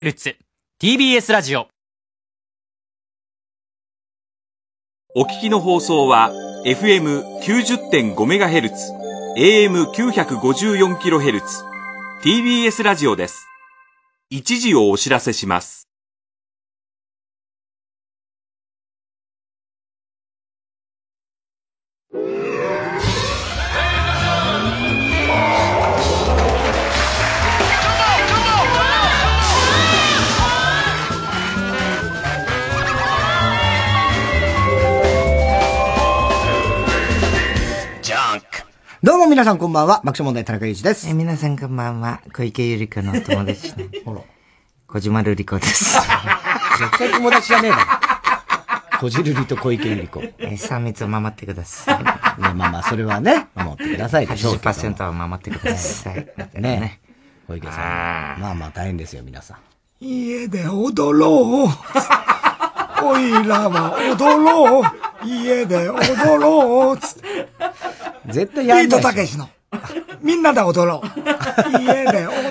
TBS ラジオ。 お聞きの放送は FM90.5MHz、AM954kHz、TBS ラジオです。一時をお知らせします。 どうも皆さんこんばんは、爆笑問題田中裕二です。 皆さんこんばんは、小池百合子のお友達の小島瑠璃子です。 絶対友達じゃねえだろ。小汁りと小池百合子。 3密を守ってください。 まあまあ、それはね、守ってくださいでしょう。 80% は守ってください。 ね。小池さん。まあまあ大変ですよ、皆さん。 家で踊ろう。おいらは踊ろう。家で踊ろう。 絶対やんない。 ビートたけしの。みんなで踊ろう。家で踊ろ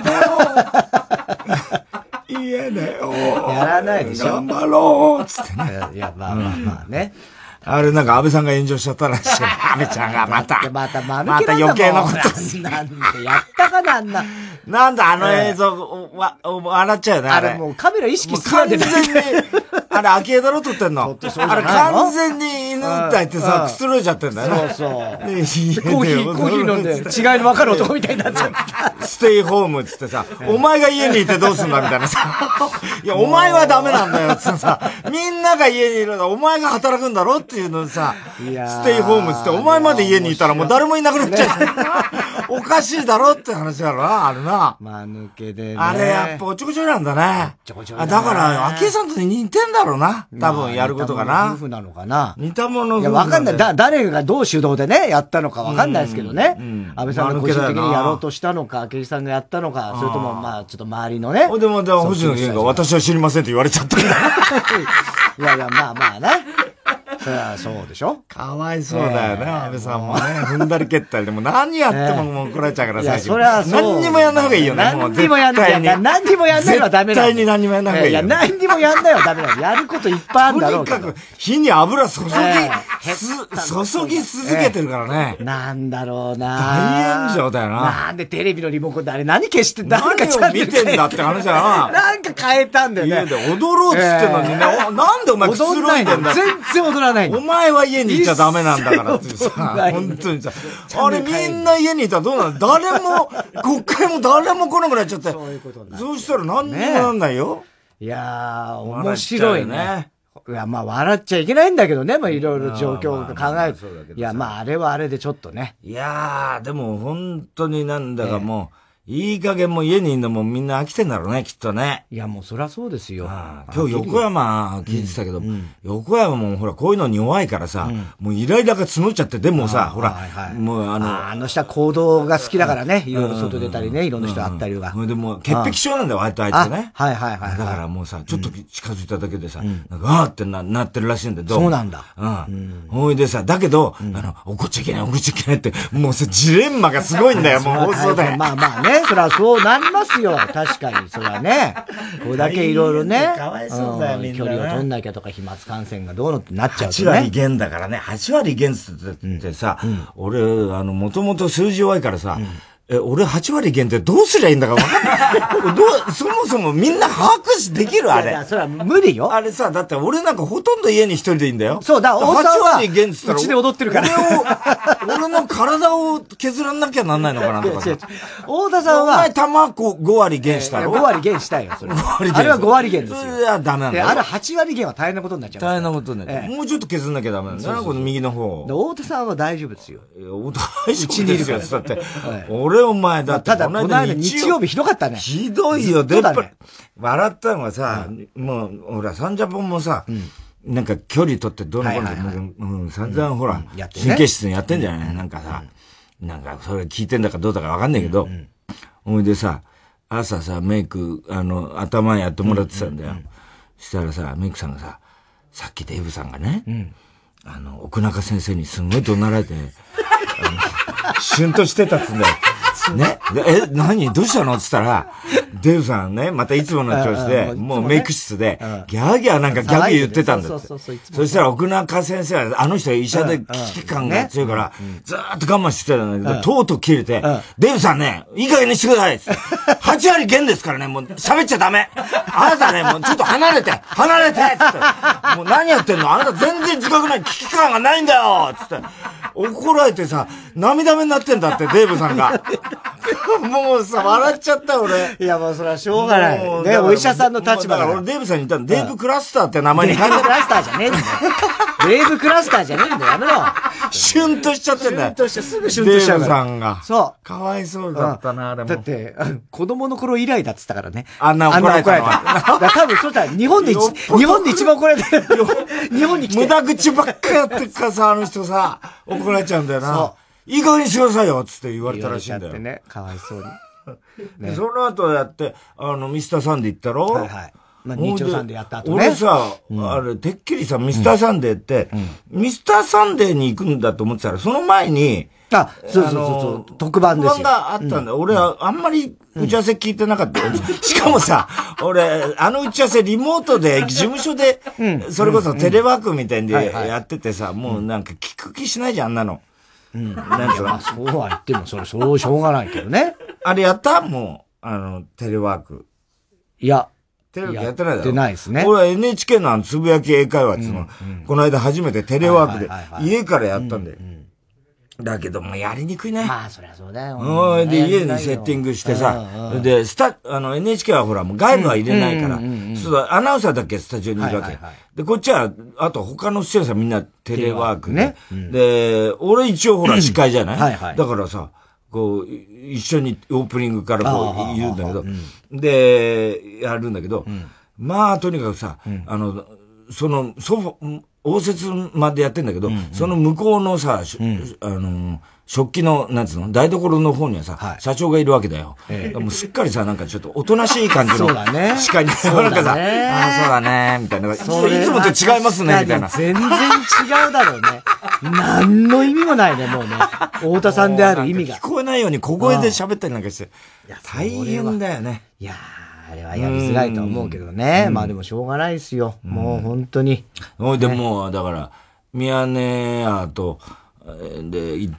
う。家で踊ろう。 やらないでしょ。 頑張ろう。つってね。 いや、まあまあまあね。 あれなんか安倍さんが炎上しちゃったらしい。安倍ちゃんがまた余計なこと。 なんでやったかなんな。 なんだあの映像、笑っちゃうよね、 あれもうカメラ意識するんで完全に、あれ空き家だろ撮ってんの。あれ完全に犬抱いてさ、くつろいじゃってんだよね。 そうそう。 コーヒー飲んで違いの分かる男みたいになっちゃった。 ステイホームっつってさ、お前が家にいてどうすんだみたいなさ。いや、お前はダメなんだよっつってさ、みんなが家にいるのお前が働くんだろっていうのさ、ステイホームっつって、お前まで家にいたらもう誰もいなくなっちゃう。おかしいだろって話だろな、あれな。 間抜けでね。 あれやっぱおちょこちょいなんだね。だから、昭恵さんと似てんだろうな。多分やることがな。 夫婦なのかな。 似たもの夫婦。 いや、わかんない。誰がどう主導でね、やったのかわかんないですけどね。安倍さんが個人的にやろうとしたのか、昭恵さんがやったのか、それともまあ、ちょっと周りのね。 でも、星野源が私は知りませんって言われちゃったんだ。 いやいや、まあまあね。そりゃそうでしょ。 かわいそうだよね、安倍さんもね。踏んだり蹴ったりでも何やってももう怒られちゃうからさ。 そりゃそう。 何にもやんない方がいいよね。 何にもやんない。何にもやんないのはダメなの。 絶対に何にもやんない方がいい。 いや、何にもやんないはダメなの。やることいっぱいあるんだろうけど。 とにかく火に油注ぎ続けてるからね。 なんだろうな。 大炎上だよな。 なんでテレビのリモコンであれ何消して、 何を見てんだって話だな。 なんか変えたんだよね。 家で踊ろうっつってんのにね。なんでお前くつろいでんだ。 全然踊らないんだ。 お前は家に行っちゃダメなんだからってさ、本当にさ、あれみんな家にいたらどうなの？誰も、国会も誰も来なくなっちゃって。そうしたら何にもなんないよ。 いやー、面白いね。いや、まあ笑っちゃいけないんだけどね、まあいろいろ状況を考える。いや、まああれはあれでちょっとね。 いやー、でも本当になんだかもう、いい加減もう家にいるのもみんな飽きてんだろうね、きっとね。 いや、もうそりゃそうですよ。 今日横山聞いてたけど、横山もほらこういうのに弱いからさ、もうイライラが募っちゃって、でもさ、ほら、もうあの人は行動が好きだからね、いろいろ外出たりね、いろんな人会ったりが。 でも潔癖症なんだよ、あいつね。 はいはいはい。 だからもうさ、ちょっと近づいただけでさ、なんか、ってなってるらしいんだよ、どうも。 そうなんだ。 ほいでさ、だけど、怒っちゃいけないって、もうさ、ジレンマがすごいんだよ、もう放送で。 まあまあね、そりゃそうなりますよ。確かに、それはね。これだけいろいろね。 かわいそうだよ、みんな。 距離を取んなきゃとか、飛沫感染がどうのってなっちゃうとね。8割減だからね。8割減ってさ、俺、もともと数字弱いからさ、俺8割減ってどうすりゃいいんだか分かんない。そもそもみんな把握できるあれ。 いや、それは無理よ。 あれさ、だって俺なんかほとんど家に一人でいいんだよ。 そうだ、 8割減って言ったら。 うちで踊ってるから。 俺の体を削らなきゃなんないのかなとかさ。 太田さんは。 お前玉5割減したろ ?5 割減したいよ、それ。 5割減。 あれは5割減ですよ。 いや、ダメなんだよ。 あれ8割減は大変なことになっちゃう。 大変なことになっちゃう。もうちょっと削んなきゃダメなんだよ、この右の方。 太田さんは大丈夫ですよ。 大丈夫ですよ、だって。俺お前だって。 ただ、この間日曜日ひどかったね。 ひどいよ、でっぱ笑ったのはさ、もう、ほら、サンジャポンもさ、なんか距離取ってどうのこうの、散々ほら、神経質にやってんじゃないなんかさ、なんかそれ聞いてんだかどうだかわかんないけど、ほいでさ、朝さ、メイク、頭やってもらってたんだよ。したらさ、メイクさんがさ、さっきデイブさんがね、奥中先生にすんごい怒鳴られて、シュンとしてたっつうんだよ。ね。何どうしたのって言ったら、 デーブさんね、またいつもの調子で、もうメイク室で、ギャーギャーなんかギャグ言ってたんだって。そしたら奥中先生は、あの人は医者で危機感が強いから、ずーっと我慢してたんだけど、とうとう切れて、デーブさんね、いい加減にしてくださいって。8割減ですからね、もう喋っちゃダメ。あなたね、もうちょっと離れてってもう何やってんのあなた全然自覚ない、危機感がないんだよつって。怒られてさ、涙目になってんだって、デーブさんが。もうさ、笑っちゃった、俺。 いや、もうそれはしょうがない。ね、お医者さんの立場だから。 俺、デーブさんに言ったの、デーブクラスターって名前に変えて。 デーブクラスターじゃねえんだよ。デーブクラスターじゃねえんだよ、やめろ。 シュンとしちゃってんだよ。 シュンとして、すぐシュンとしちゃうから。 デーブさんが。 そう。 かわいそうだったな、あれも。 だって、子供の頃以来だっつったからね。 あんな怒られた。 多分、そうしたら、日本で一番怒られてる。日本に来て。 無駄口ばっかやってるからさ、あの人さ、怒られちゃうんだよな。そう。いい加減にしてくださいよつって言われたらしいんだよ。 ね、かわいそうに。 で、その後やって、ミスターサンデー行ったろ？ はいはい。まあ、日曜サンデーやった後ね。 俺さ、あれ、てっきりさ、ミスターサンデーって、ミスターサンデーに行くんだと思ってたら、その前に、 そう、特番ですよ。 特番があったんだ。俺はあんまり打ち合わせ聞いてなかったよ。しかもさ、俺、打ち合わせリモートで、事務所で、それこそテレワークみたいでやっててさ、もうなんか聞く気しないじゃん、あんなの。 なんか、そうは言っても、それ、しょうがないけどね。 あれやったもう、テレワーク。 いや。 テレワークやってないだろ。 やってないですね。 俺は NHK のつぶやき英会話っていうの、この間初めてテレワークで、家からやったんだよ。だけどもやりにくいね。 まあ、そりゃそうだよ。 で、家にセッティングしてさ、で、NHK はほら、もう外部は入れないから、アナウンサーだけスタジオにいるわけ。で、こっちは、あと他の出演者みんなテレワークね。で、俺一応ほら、司会じゃないだからさ、こう、一緒にオープニングからこう言うんだけど、で、やるんだけど、まあ、とにかくさ、その、応接までやってんだけど、その向こうのさ、食器の、なんつうの、台所の方にはさ、社長がいるわけだよ。もうすっかりさ、なんかちょっとおとなしい感じの司会に、なんかさ、ああ、そうだね、みたいな。いつもと違いますね、みたいな。 全然違うだろうね。何の意味もないね、もうね。太田さんである意味が。 聞こえないように小声で喋ったりなんかして。大変だよね。 いやあれはやりづらいと思うけどね。まあでもしょうがないですよ。もう本当に。 でも、だから、ミヤネ屋と、で、行って、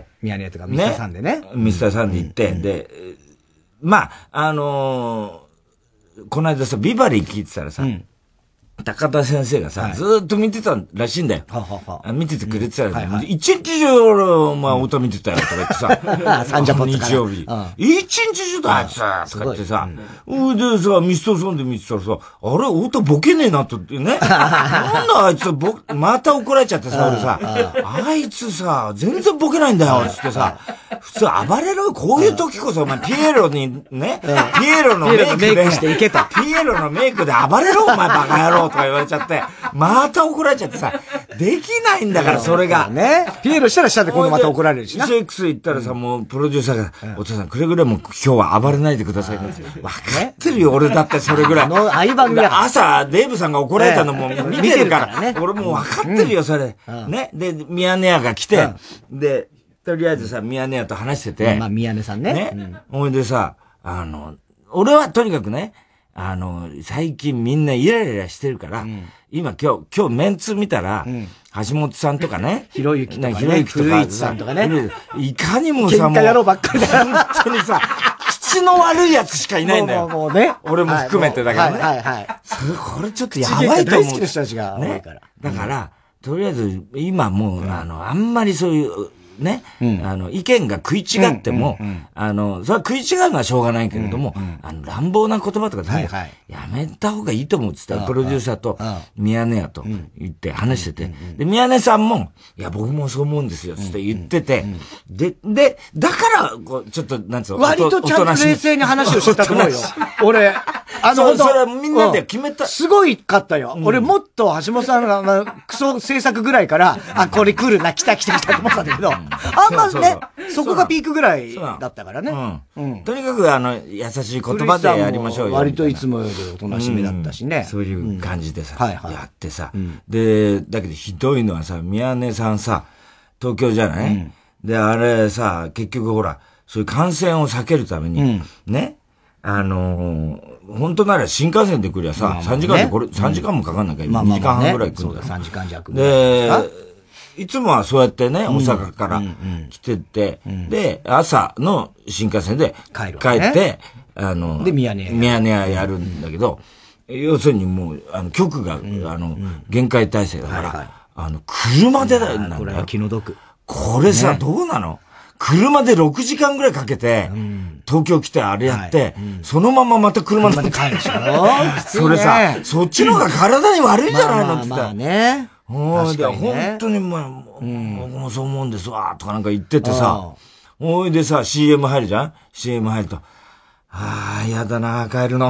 ミヤネ屋とかミスターサンデーね。 ミスターサンデー行って、で、まあ、この間さ、ビバリー聞いてたらさ、高田先生がさ、ずーっと見てたらしいんだよ。見ててくれてたら、一日中俺、お前歌見てたよとか言ってさ、 サンジャポ日曜日。一日中だあいつとか言ってさ、でさ、ミスターサンデー見てたらさ、あれ、歌ボケねえなってね。なんだあいつ、また怒られちゃってさ、俺さ、あいつさ、全然ボケないんだよ、つってさ、普通暴れろ、こういう時こそ、お前、ピエロにね、ピエロのメイクで、ピエロのメイクで暴れろ、お前バカ野郎とか言われちゃって、また怒られちゃってさ、できないんだから、それが。 ね。ピエロしたらしたで今度また怒られるしな。 6行ったらさ、もう、プロデューサーが、お父さん、くれぐれも今日は暴れないでください。分かってるよ、俺だってそれぐらい。朝、デーブさんが怒られたのも見てるから、俺もう分かってるよ、それ。ね。で、ミヤネ屋が来て、で、とりあえずさ、ミヤネ屋と話してて。 まあ、ミヤネさんね。 ね。ほいでさ、俺はとにかくね、最近みんなイライラしてるから、今日メンツ見たら、橋本さんとかね、 ひろゆきとかね、古市さんとかね、 いかにもさ、 喧嘩野郎ばっかりだ本当にさ、口の悪いやつしかいないんだよ。 もうね。 俺も含めてだけどね。これちょっとやばいと思う。 大好きな人たちが多いから。 だから、とりあえず、今もう、あんまりそういう、ね、意見が食い違っても、それは食い違うのはしょうがないけれども、乱暴な言葉とかやめた方がいいと思うって言ったら、プロデューサーと、ミヤネ屋と言って話してて、で、ミヤネさんも、いや、僕もそう思うんですよ、つって言ってて、で、だから、ちょっと、なんつうの、 割とちゃんと冷静に話をしてたと思うよ。俺、 それはみんなで決めた。 すごいかったよ。俺もっと橋本さんが、クソ制作ぐらいから、これ来るな、来たと思ったんだけど、あんまね、そこがピークぐらいだったからね。 とにかく優しい言葉でやりましょうよ。 割といつもよりおとなしめだったしね。 そういう感じでさ、やってさ。で、だけどひどいのはさ、宮根さんさ、東京じゃない、で、あれさ、結局ほら、そういう感染を避けるために、ね、 本当なら新幹線で来りゃさ、3時間でこれ、3時間もかかんないから、2時間半ぐらい来るんだよ。 3時間弱。 で、いつもはそうやってね、大阪から来てて、で、朝の新幹線で帰って、 で、ミヤネ屋やるんだけど、要するにもう、局が、限界体制だから、車でなんだよ。 これは気の毒。 これさ、どうなの？車で6時間ぐらいかけて、東京来てあれやって、そのまままた車で帰るでしょ。 それさ、そっちの方が体に悪いんじゃないのって言ったら。 まあね。 本当に僕もそう思うんですわ、とかなんか言っててさ、おいでさ、CM 入るじゃん？ CM 入ると、やだな、帰るの。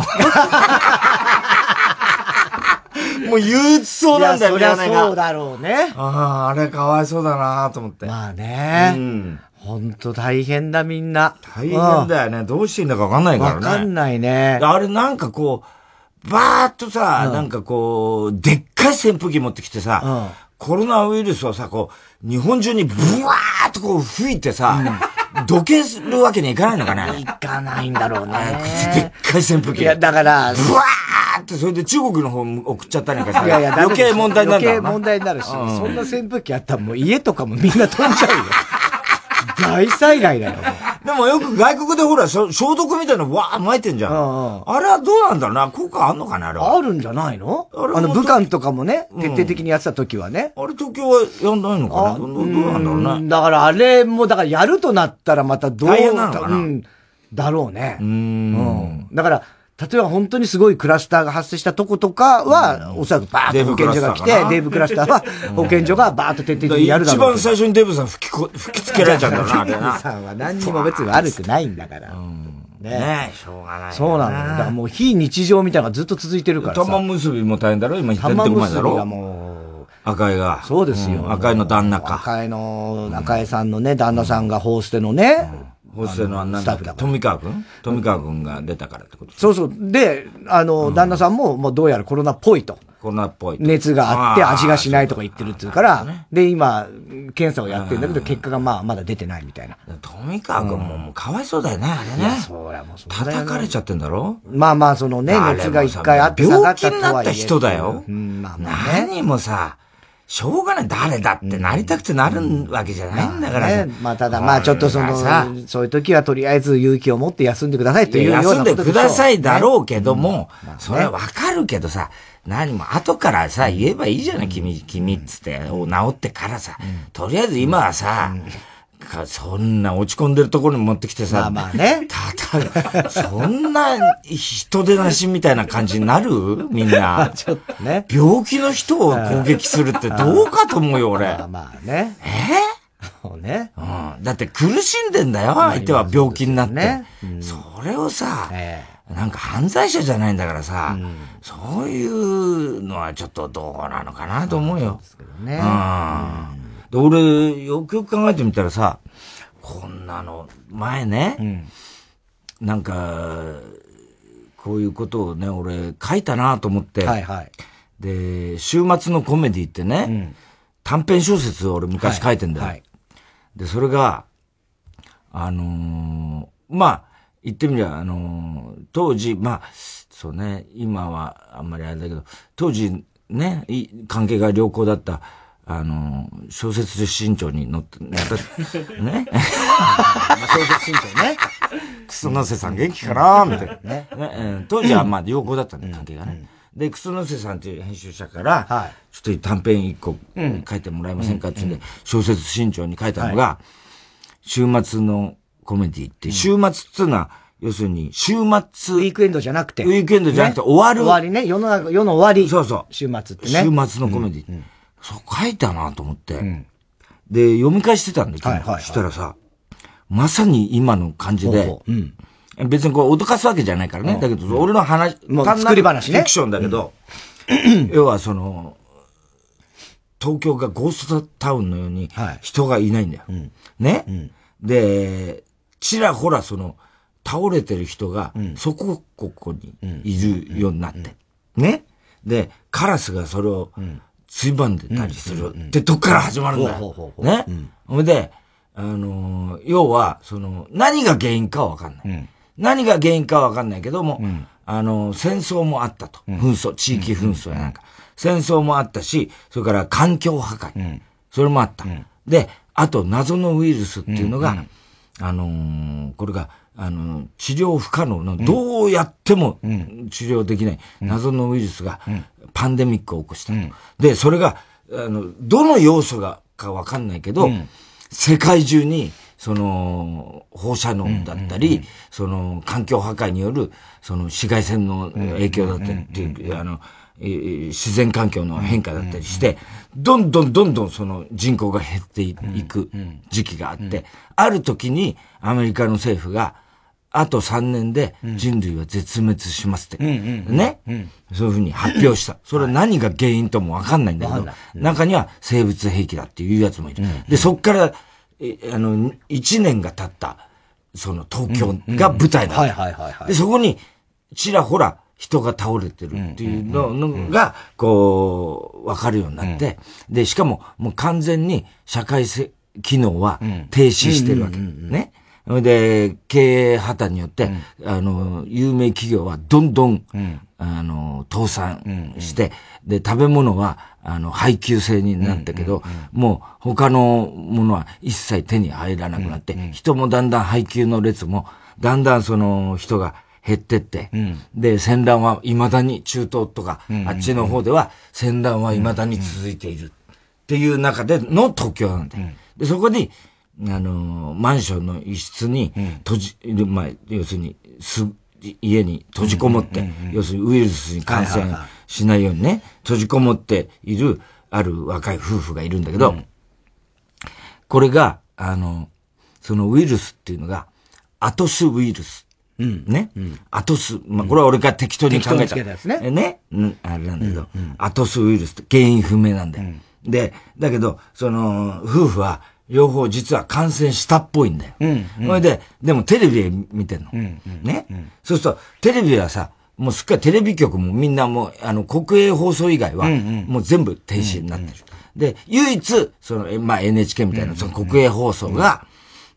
もう憂鬱そうなんだよね。 そりゃそうだろうね。 あれかわいそうだなと思って。 まあね。ほんと大変だみんな。 大変だよね。どうしていいんだかわかんないからね。 わかんないね。 あれなんかこう、バーっとさ、なんかこう、でっかい扇風機持ってきてさ、コロナウイルスをさ、こう、日本中にブワーっとこう吹いてさ、どけるわけにはいかないのかね。 いかないんだろうね。 でっかい扇風機。 いや、だから、 ブワーって、それで中国の方送っちゃったりなんかさ、余計問題になるんだろうな。 余計問題になるし、そんな扇風機あったらもう家とかもみんな飛んじゃうよ。大災害だよ。 でもよく外国でほら、消毒みたいなのわー巻いてんじゃん。あれはどうなんだろうな。効果あんのかな、あれは。 あるんじゃないの？武漢とかもね、徹底的にやってた時はね。 あれ東京はやんないのかな？どうなんだろうね。 だからあれも、だからやるとなったらまたどう大変なのかな？ だろうね。だから、例えば本当にすごいクラスターが発生したとことかは、おそらくバーッと保健所が来て、デーブクラスターは保健所がバーッと徹底的にやるだろう。 一番最初にデーブさん吹きつけられちゃうんだろうな、あれな。 デーブさんは何にも別に悪くないんだから。 ねえ、しょうがない。 そうなのよ。だからもう非日常みたいなのがずっと続いてるからさ。 玉結びも大変だろ今言ってるとこまでだろ玉結びがもう。 赤井が。 そうですよ。 赤井の旦那か。 赤井さんのね、旦那さんがホーステのね、 ホステのなんだっけ富川くんが出たからってことそうそう。で、旦那さんも、もうどうやらコロナっぽいと。 コロナっぽい。 熱があって味がしないとか言ってるっていうから、で、今、検査をやってるんだけど、結果がまだ出てないみたいな。 富川くんもかわいそうだよね、あれね。 そうや、もう叩かれちゃってんだろ？ そのね、熱が一回あって下がったとはいえ。 病気になった人だよ。何もさ、しょうがない。誰だってなりたくてなるわけじゃないんだからさ。 ただちょっとそういう時はとりあえず勇気を持って休んでくださいというようなことでしょ。 休んでくださいだろうけども、それはわかるけどさ、何も後からさ、言えばいいじゃない、君っつって、治ってからさ、とりあえず今はさ、そんな落ち込んでるところに持ってきてさ、そんな人出なしみたいな感じになるみんな。 ちょっとね。 病気の人を攻撃するってどうかと思うよ、俺。 ね。 そうね。だって苦しんでんだよ、相手は病気になって。それをさ、なんか犯罪者じゃないんだからさ、そういうのはちょっとどうなのかなと思うよ。で、俺、よくよく考えてみたらさ、こんなの、前ね、なんか、こういうことをね、俺、書いたなと思って、で、週末のコメディってね、短編小説を俺昔書いてんだよ。で、それが、言ってみりゃ、当時、そうね、今はあんまりあれだけど、当時ね、関係が良好だった、小説新潮に載って、ね。小説新潮ね。クソノセさん元気かなみたいな。ね。当時は良好だったんだ、関係がね。で、クソノセさんっていう編集者から、ちょっと短編一個書いてもらえませんかって言って、小説新潮に書いたのが、週末のコメディって、週末っていうのは、要するに、週末。ウィークエンドじゃなくて。 終わる。 終わりね。世の終わり。 そうそう。 週末ってね。 週末のコメディ。そう書いたなと思って。で、読み返してたんだけど、したらさ、まさに今の感じで、別にこう脅かすわけじゃないからね。だけど、俺の話、 作り話ね。 フィクションだけど、要は東京がゴーストタウンのように人がいないんだよ。ね。で、ちらほら倒れてる人が、そこにいるようになって。ね。で、カラスがそれを、ついばんでたりする。ってとこから始まるんだよ。ね。ほいで、要は、何が原因かはわかんない。 何が原因かはわかんないけども、戦争もあったと。紛争、地域紛争やなんか。戦争もあったし、それから環境破壊。それもあった。で、あと謎のウイルスっていうのが、これが、治療不可能の、どうやっても治療できない謎のウイルスが、パンデミックを起こしたと。で、それが、どの要素がかわかんないけど、世界中に、放射能だったり、環境破壊による、紫外線の影響だったりっていう、自然環境の変化だったりして、どんどん人口が減っていく時期があって、ある時にアメリカの政府が、あと3年で人類は絶滅しますって。ね。そういうふうに発表した。それは何が原因ともわかんないんだけど、中には生物兵器だっていうやつもいる。で、そっから、1年が経った、東京が舞台だった。で、そこに、ちらほら人が倒れてるっていうのが、わかるようになって、で、しかも、もう完全に社会機能は停止してるわけ。ね。で、経営破綻によって、有名企業はどんどん、倒産して、で、食べ物は、配給制になったけど、もう他のものは一切手に入らなくなって、人もだんだん配給の列も、だんだん人が減ってって、で、戦乱は未だに中東とか、あっちの方では戦乱は未だに続いているっていう中での東京なんだよ。で、そこに、マンションの一室に要するに、家に閉じこもって、要するにウイルスに感染しないようにね、閉じこもっている、ある若い夫婦がいるんだけど、これが、そのウイルスっていうのが、アトスウイルス。ね。アトス。これは俺が適当に考えた。ね。あれなんだけど、アトスウイルスって原因不明なんだよ。で、だけど、夫婦は、両方実は感染したっぽいんだよ。それで、でもテレビで見てんの。ね。そうすると、テレビはさ、もうすっかりテレビ局もみんなもう、国営放送以外は、もう全部停止になってる。で、唯一、NHK みたいな、国営放送が、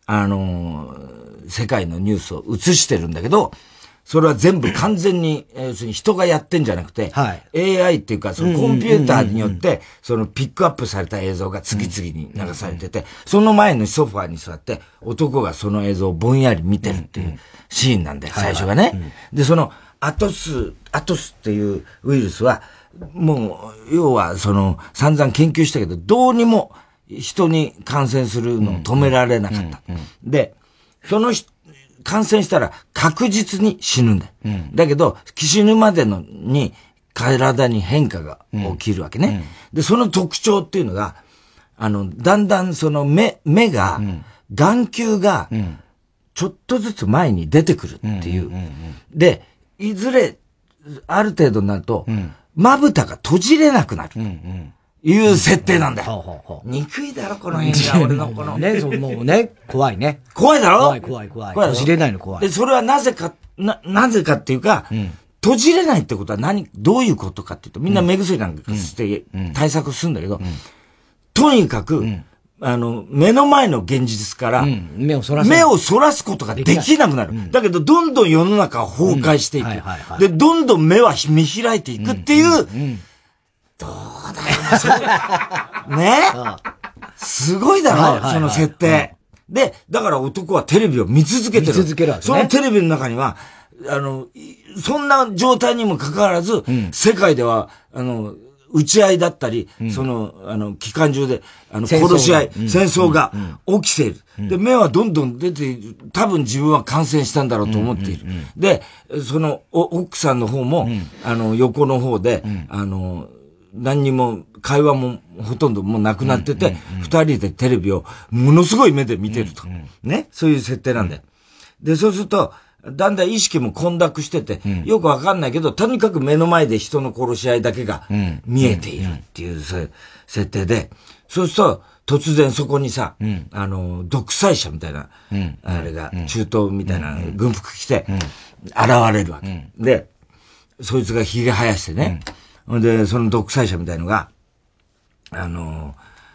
世界のニュースを映してるんだけど、それは全部完全に、要するに人がやってんじゃなくて、AI っていうか、コンピューターによって、ピックアップされた映像が次々に流されてて、その前のソファーに座って、男がその映像をぼんやり見てるっていうシーンなんだよ、最初がね。で、アトスっていうウイルスは、もう、要は、散々研究したけど、どうにも人に感染するのを止められなかった。で、感染したら確実に死ぬんだよ。だけど、死ぬまでに体に変化が起きるわけね。で、その特徴っていうのが、だんだん目が、眼球が、ちょっとずつ前に出てくるっていう。で、いずれ、ある程度になると、まぶたが閉じれなくなる。いう設定なんだよ。憎いだろ、この映画、俺のこの。 ね、もうね、怖いね。 怖いだろ怖い。閉じれないの怖い。 で、それはなぜかっていうか、閉じれないってことはどういうことかっていうと、みんな目薬なんかして対策するんだけど、とにかく、目の前の現実から、目をそらすことができなくなる。だけど、どんどん世の中は崩壊していく。で、どんどん目は見開いていくっていう、どうだよ、ね。すごいだろ、その設定。で、だから男はテレビを見続けてる。 見続けるわけね。 そのテレビの中には、そんな状態にもかかわらず、世界では、撃ち合いだったり、機関銃で、殺し合い、戦争が起きている。で、目はどんどん出ている。多分自分は感染したんだろうと思っている。で、奥さんの方も、横の方で、何にも、会話もほとんどもうなくなってて、二人でテレビをものすごい目で見てると。ね。そういう設定なんだよ。で、そうすると、だんだん意識も混濁してて、よくわかんないけど、とにかく目の前で人の殺し合いだけが見えているっていう設定で、そうすると、突然そこにさ、独裁者みたいな、あれが、中東みたいな軍服着て、現れるわけ。で、そいつが髭生やしてね、で、その独裁者みたいのが、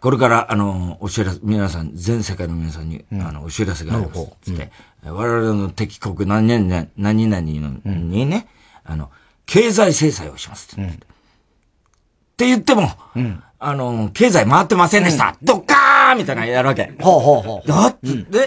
これから、お知らせ、皆さん、全世界の皆さんに、お知らせがあります。つって、我々の敵国何々にね、経済制裁をします。って言っても、経済回ってませんでした。ドッカーンみたいなのやるわけ。だって、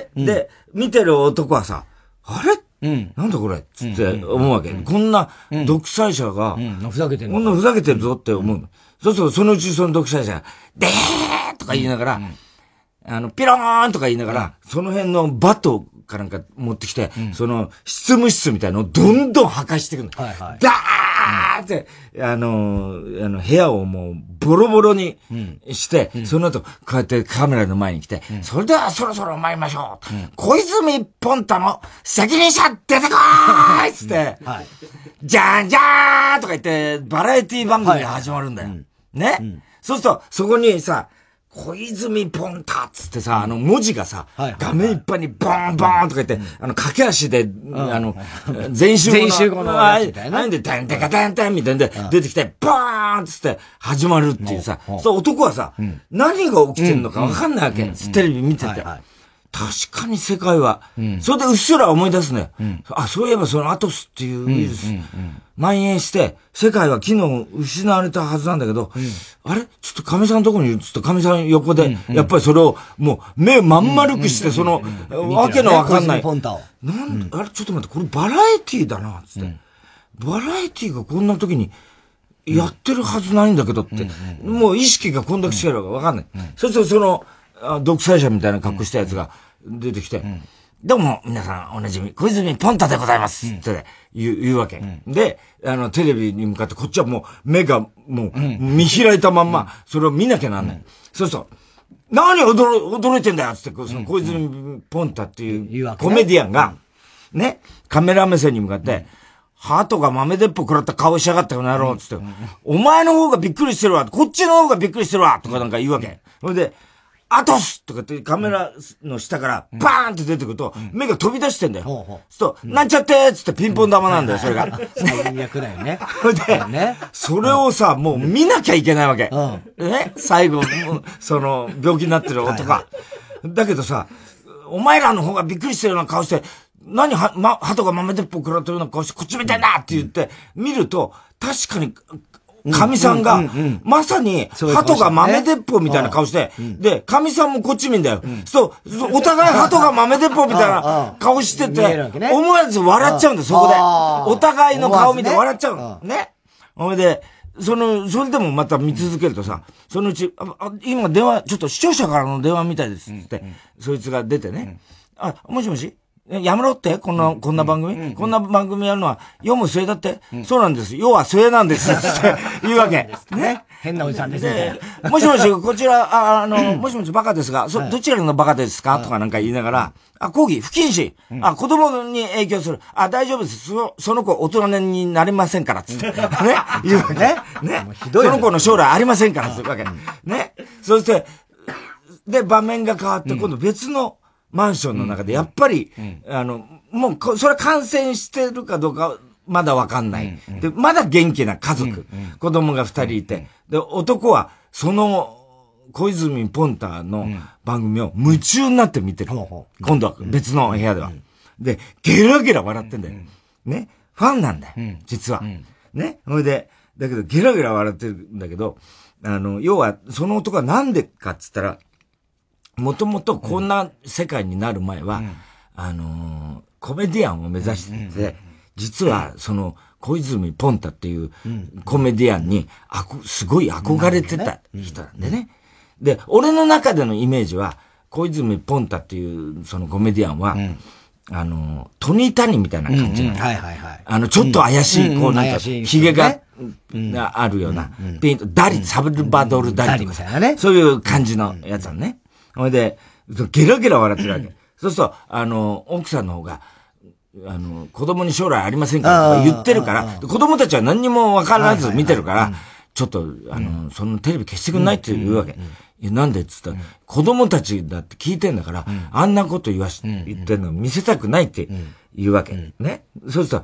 で、見てる男はさ、あれなんだこれつって思うわけ。こんな独裁者が、 ふざけてるこんなふざけてるぞって思う。そうすると、そのうちその独裁者が、でーとか言いながら、ピローンとか言いながら、その辺のバットかなんか持ってきて、その執務室みたいのをどんどん破壊していくの。ダーって、部屋をもうボロボロにして、その後、こうやってカメラの前に来て、それではそろそろ参りましょう。小泉ポンタの責任者出てこーいつって、じゃんじゃーとか言って、バラエティ番組が始まるんだよ。ね、そうすると、そこにさ、小泉ポンタっつってさ、文字がさ、画面いっぱいにボーンボーンとか言って、駆け足で、全集合のやつみたいな。なんで、ダンテカダンタンみたいなで、出てきて、ボーンっつって始まるっていうさ、そう男はさ、何が起きてんのか分かんないわけ。テレビ見てて。確かに世界は、それでうっすら思い出すね。あ、そういえばそのアトスっていうウイルス、蔓延して、世界は機能失われたはずなんだけど、あれちょっと亀さんのとこにいるっつって亀さん横で、やっぱりそれをもう目まん丸くして、その、わけのわかんない。あれちょっと待って、これバラエティだな、つって。バラエティがこんな時に、やってるはずないんだけどって、もう意識がこんだけ違うのかわかんない。そしてその、独裁者みたいな格好したやつが出てきて、どうも、皆さん、おなじみ、小泉ポンタでございます。って言うわけ。で、テレビに向かって、こっちはもう、目が、もう、見開いたまんま、それを見なきゃなんない。そうすると、何驚いてんだよつって、その小泉ポンタっていうコメディアンが、ね、カメラ目線に向かって、鳩が豆鉄砲食らった顔しやがったよなろうつって、お前の方がびっくりしてるわ、こっちの方がびっくりしてるわとかなんか言うわけ。それで、アトスとかってカメラの下からバーンって出てくると、目が飛び出してんだよ。そう、なんちゃってーつってピンポン玉なんだよ、それが。 最悪だよね。 で、それをさ、もう見なきゃいけないわけ。ね、最後、その、病気になってる男が。だけどさ、お前らの方がびっくりしてるような顔して、鳩が豆鉄砲食らってるような顔して、こっち見てんだって言って、見ると、確かに、神さんが、まさに、鳩が豆鉄砲みたいな顔して、で、神さんもこっち見んだよ。そう、お互い鳩が豆鉄砲みたいな顔してて、思わず笑っちゃうんだよ、そこで。お互いの顔見て笑っちゃうの。ね。ほいで、それでもまた見続けるとさ、そのうち、今電話、ちょっと視聴者からの電話みたいですって、そいつが出てね。もしもしやめろってこんな番組、こんな番組やるのは読む末だって、そうなんです。要は末なんです。って言うわけ。ね。 変なおじさんですね。 もしもし、こちら、もしもしバカですが、どちらのバカですかとかなんか言いながら、講義、不謹慎。子供に影響する。大丈夫です。その子大人になれませんから、つって。ね。言うわけ。ね。その子の将来ありませんから、つってわけ。ね。そして、で、場面が変わって、今度別の、マンションの中で、やっぱり、もう、それは感染してるかどうか、まだわかんない。で、まだ元気な家族、子供が2人いて、で、男は、その、小泉ポンタの番組を夢中になって見てる。今度は別の部屋では。で、ゲラゲラ笑ってんだよ。ね。ファンなんだよ。実は。ね。それで、だけど、ゲラゲラ笑ってるんだけど、要は、その男はなんでかっつったら、もともとこんな世界になる前は、コメディアンを目指してて、実はその小泉ポンタっていうコメディアンにすごい憧れてた人なんでね。で、俺の中でのイメージは、小泉ポンタっていうそのコメディアンは、トニー・タニみたいな感じなちょっと怪しい、こうなんか、髭があるような、ピンと、サブルバドル・ダリとか、そういう感じのやつだね。ほいで、ゲラゲラ笑ってるわけ。そうすると、奥さんの方が、子供に将来ありませんからとか言ってるから、子供たちは何にも分からず見てるから、ちょっと、そのテレビ消してくんないって言うわけ。なんでっつったら、子供たちだって聞いてんだから、あんなこと言ってんの見せたくないって言うわけ。ね。そうすると、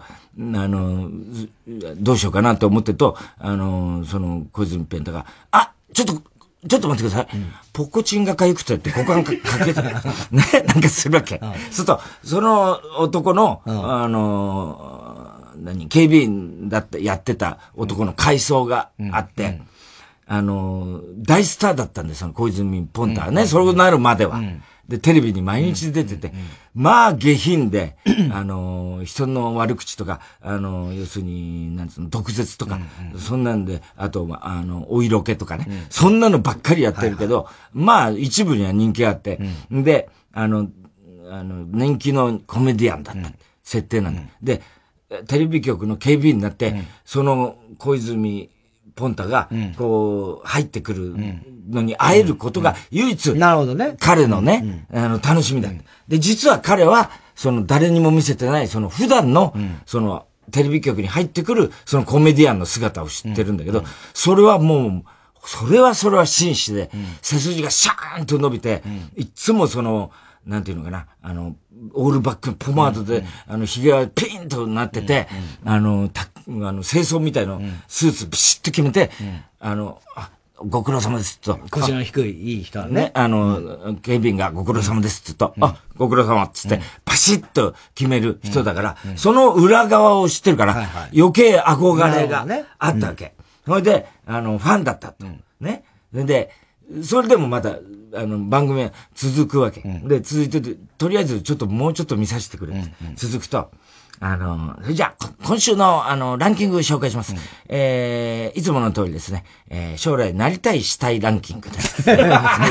どうしようかなって思ってると、その小泉ペンタが、ちょっと、 ちょっと待ってください。ポコチンが痒くてって股間かけて、ね、なんかするわけ。すると、その男の、警備員だってやってた男の階層があって、大スターだったんですよ、小泉ポンタはね、そうなるまでは。で、テレビに毎日出てて、まあ下品で、人の悪口とか、要するに、なんつうの、毒舌とか、そんなんで、あと、お色気とかね、そんなのばっかりやってるけど、まあ一部には人気があって、で、人気のコメディアンだった、設定なんだ。で、テレビ局の警備員になって、その小泉ポンタが、こう、入ってくるのに会えることが唯一、 なるほどね。 彼のね、楽しみだった。で、実は彼は、誰にも見せてない、普段の、テレビ局に入ってくる、コメディアンの姿を知ってるんだけど、それはもう、それは紳士で、背筋がシャーンと伸びて、いつもなんていうのかな、オールバックのポマードで、髭がピンとなってて、清掃みたいなスーツビシッと決めて、ご苦労様ですと。 腰の低いいい人はね。 警備員がご苦労様ですって言うと、ご苦労様っつって、パシッと決める人だから、その裏側を知ってるから、余計憧れがあったわけ。それで、ファンだったと。ね。で、それでもまた、番組は続くわけ。で、続いてて、とりあえずもうちょっと見させてくれって。続くと、それじゃあ、今週の、ランキング紹介します。いつもの通りですね、将来なりたいしたいランキングです。で、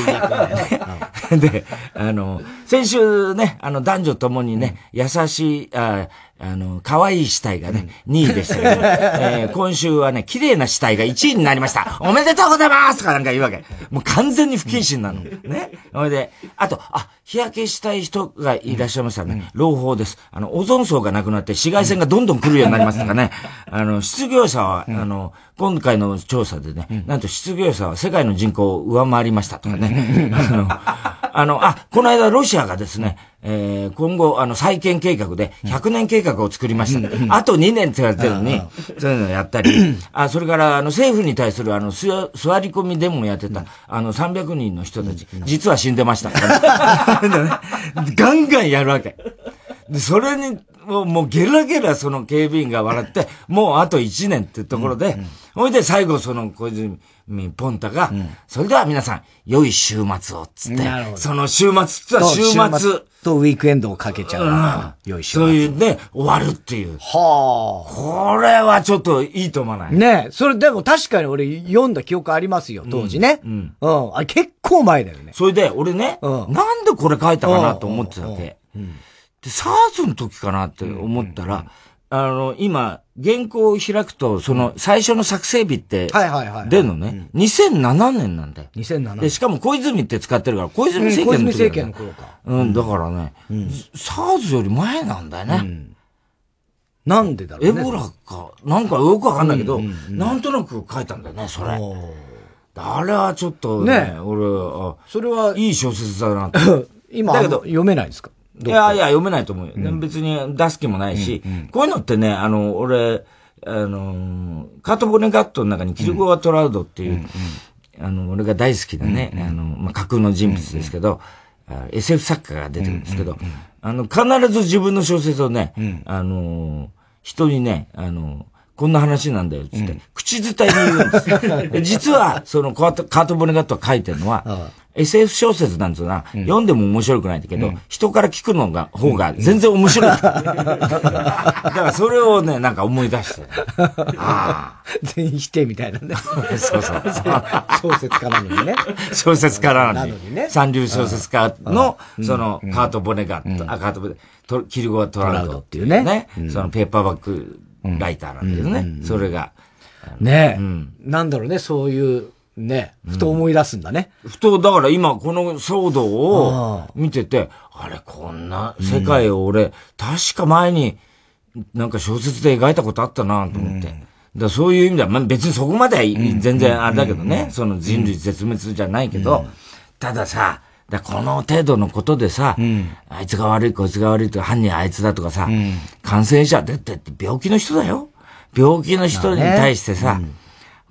先週ね、男女ともにね、優しい、可愛い死体がね、2位でしたけど、今週はね、綺麗な死体が1位になりました。おめでとうございますとかなんか言うわけ。もう完全に不謹慎なの。ね。それで、あと、日焼けしたい人がいらっしゃいましたね。朗報です。オゾン層がなくなって紫外線がどんどん来るようになりますとかね。失業者は、今回の調査でね、なんと失業者は世界の人口を上回りましたとかね。この間ロシアがですね、今後、再建計画で100年計画を作りました。あと2年って言われてるのに、そういうのをやったり、それから政府に対する座り込みデモをやってた、300人の人たち、実は死んでましたからね。ガンガンやるわけ。で、それに、もうゲラゲラその警備員が笑って、もうあと1年ってところで、ほいで最後小泉ポンタが、それでは皆さん、良い週末を、つって、その週末って週末とウィークエンドをかけちゃう。良い週末。 そういうね、終わるっていう。はあ。これはちょっといいと思わない？ ねそれでも確かに俺読んだ記憶ありますよ、当時ね。あれ結構前だよね。 それで俺ね、なんでこれ書いたかなと思ってたわけ。で、SARS の時かなって思ったら、今、原稿を開くと、最初の作成日って、出るのね。2007年なんだよ。 2007年。 で、しかも小泉って使ってるから、小泉政権の頃か。だからね、SARS より前なんだよね。 なんでだろうね。 エボラか、なんかよくわかんないけど、なんとなく書いたんだよね、それ。あれはちょっとね、俺、 それは、 いい小説だなって。 今、だけど読めないですか？ いや、読めないと思うよ。別に出す気もないし、こういうのってね、俺、カート・ボネガットの中にキルゴア・トラウドっていう、俺が大好きなね、架空の人物ですけど、SF 作家が出てるんですけど、必ず自分の小説をね、人にね、こんな話なんだよ、つって、口伝えに言うんです。実は、カート・ボネガットが書いてるのは、SF 小説なんつうのは、読んでも面白くないんだけど、人から聞くのが、方が全然面白い。だからそれをね、なんか思い出して。 全否定みたいなね。 そうそう。 小説家なのにね。 小説家なのにね。三流小説家の、カート・ボネガット、カート・ボネ、キルゴア・トラウドっていうね。そのペーパーバッグライターなんだけどね。それが。 ねえ。なんだろうね、そういう、ね、ふと思い出すんだね。 だから今この騒動を見てて、あれこんな世界を俺、確か前になんか小説で描いたことあったなと思って。そういう意味では、別にそこまでは全然あれだけどね、その人類絶滅じゃないけど、たださ、この程度のことでさ、あいつが悪いこいつが悪いとか犯人あいつだとかさ、感染者出てって病気の人だよ。病気の人に対してさ、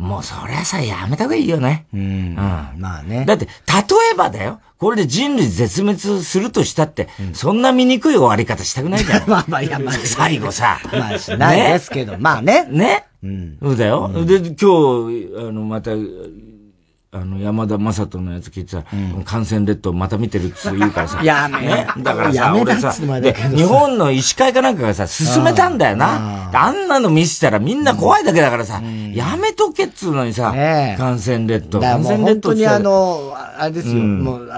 もうそりゃさ、やめた方がいいよね。 まあね。 だって、例えばだよ。これで人類絶滅するとしたって、そんな醜い終わり方したくないじゃん。 まあ、いや、まあ、 最後さ。 まあ、しないですけど、まあね。 ね。そうだよ。で、今日、また、山田正人のやつ聞いてたら、感染列島また見てるって言うからさ。 やめ。 ね。だからさ、俺さ、で、日本の医師会かなんかがさ、進めたんだよな。あんなの見せたらみんな怖いだけだからさ、やめとけっつうのにさ、感染列島。 感染列島。本当にあれですよ、もう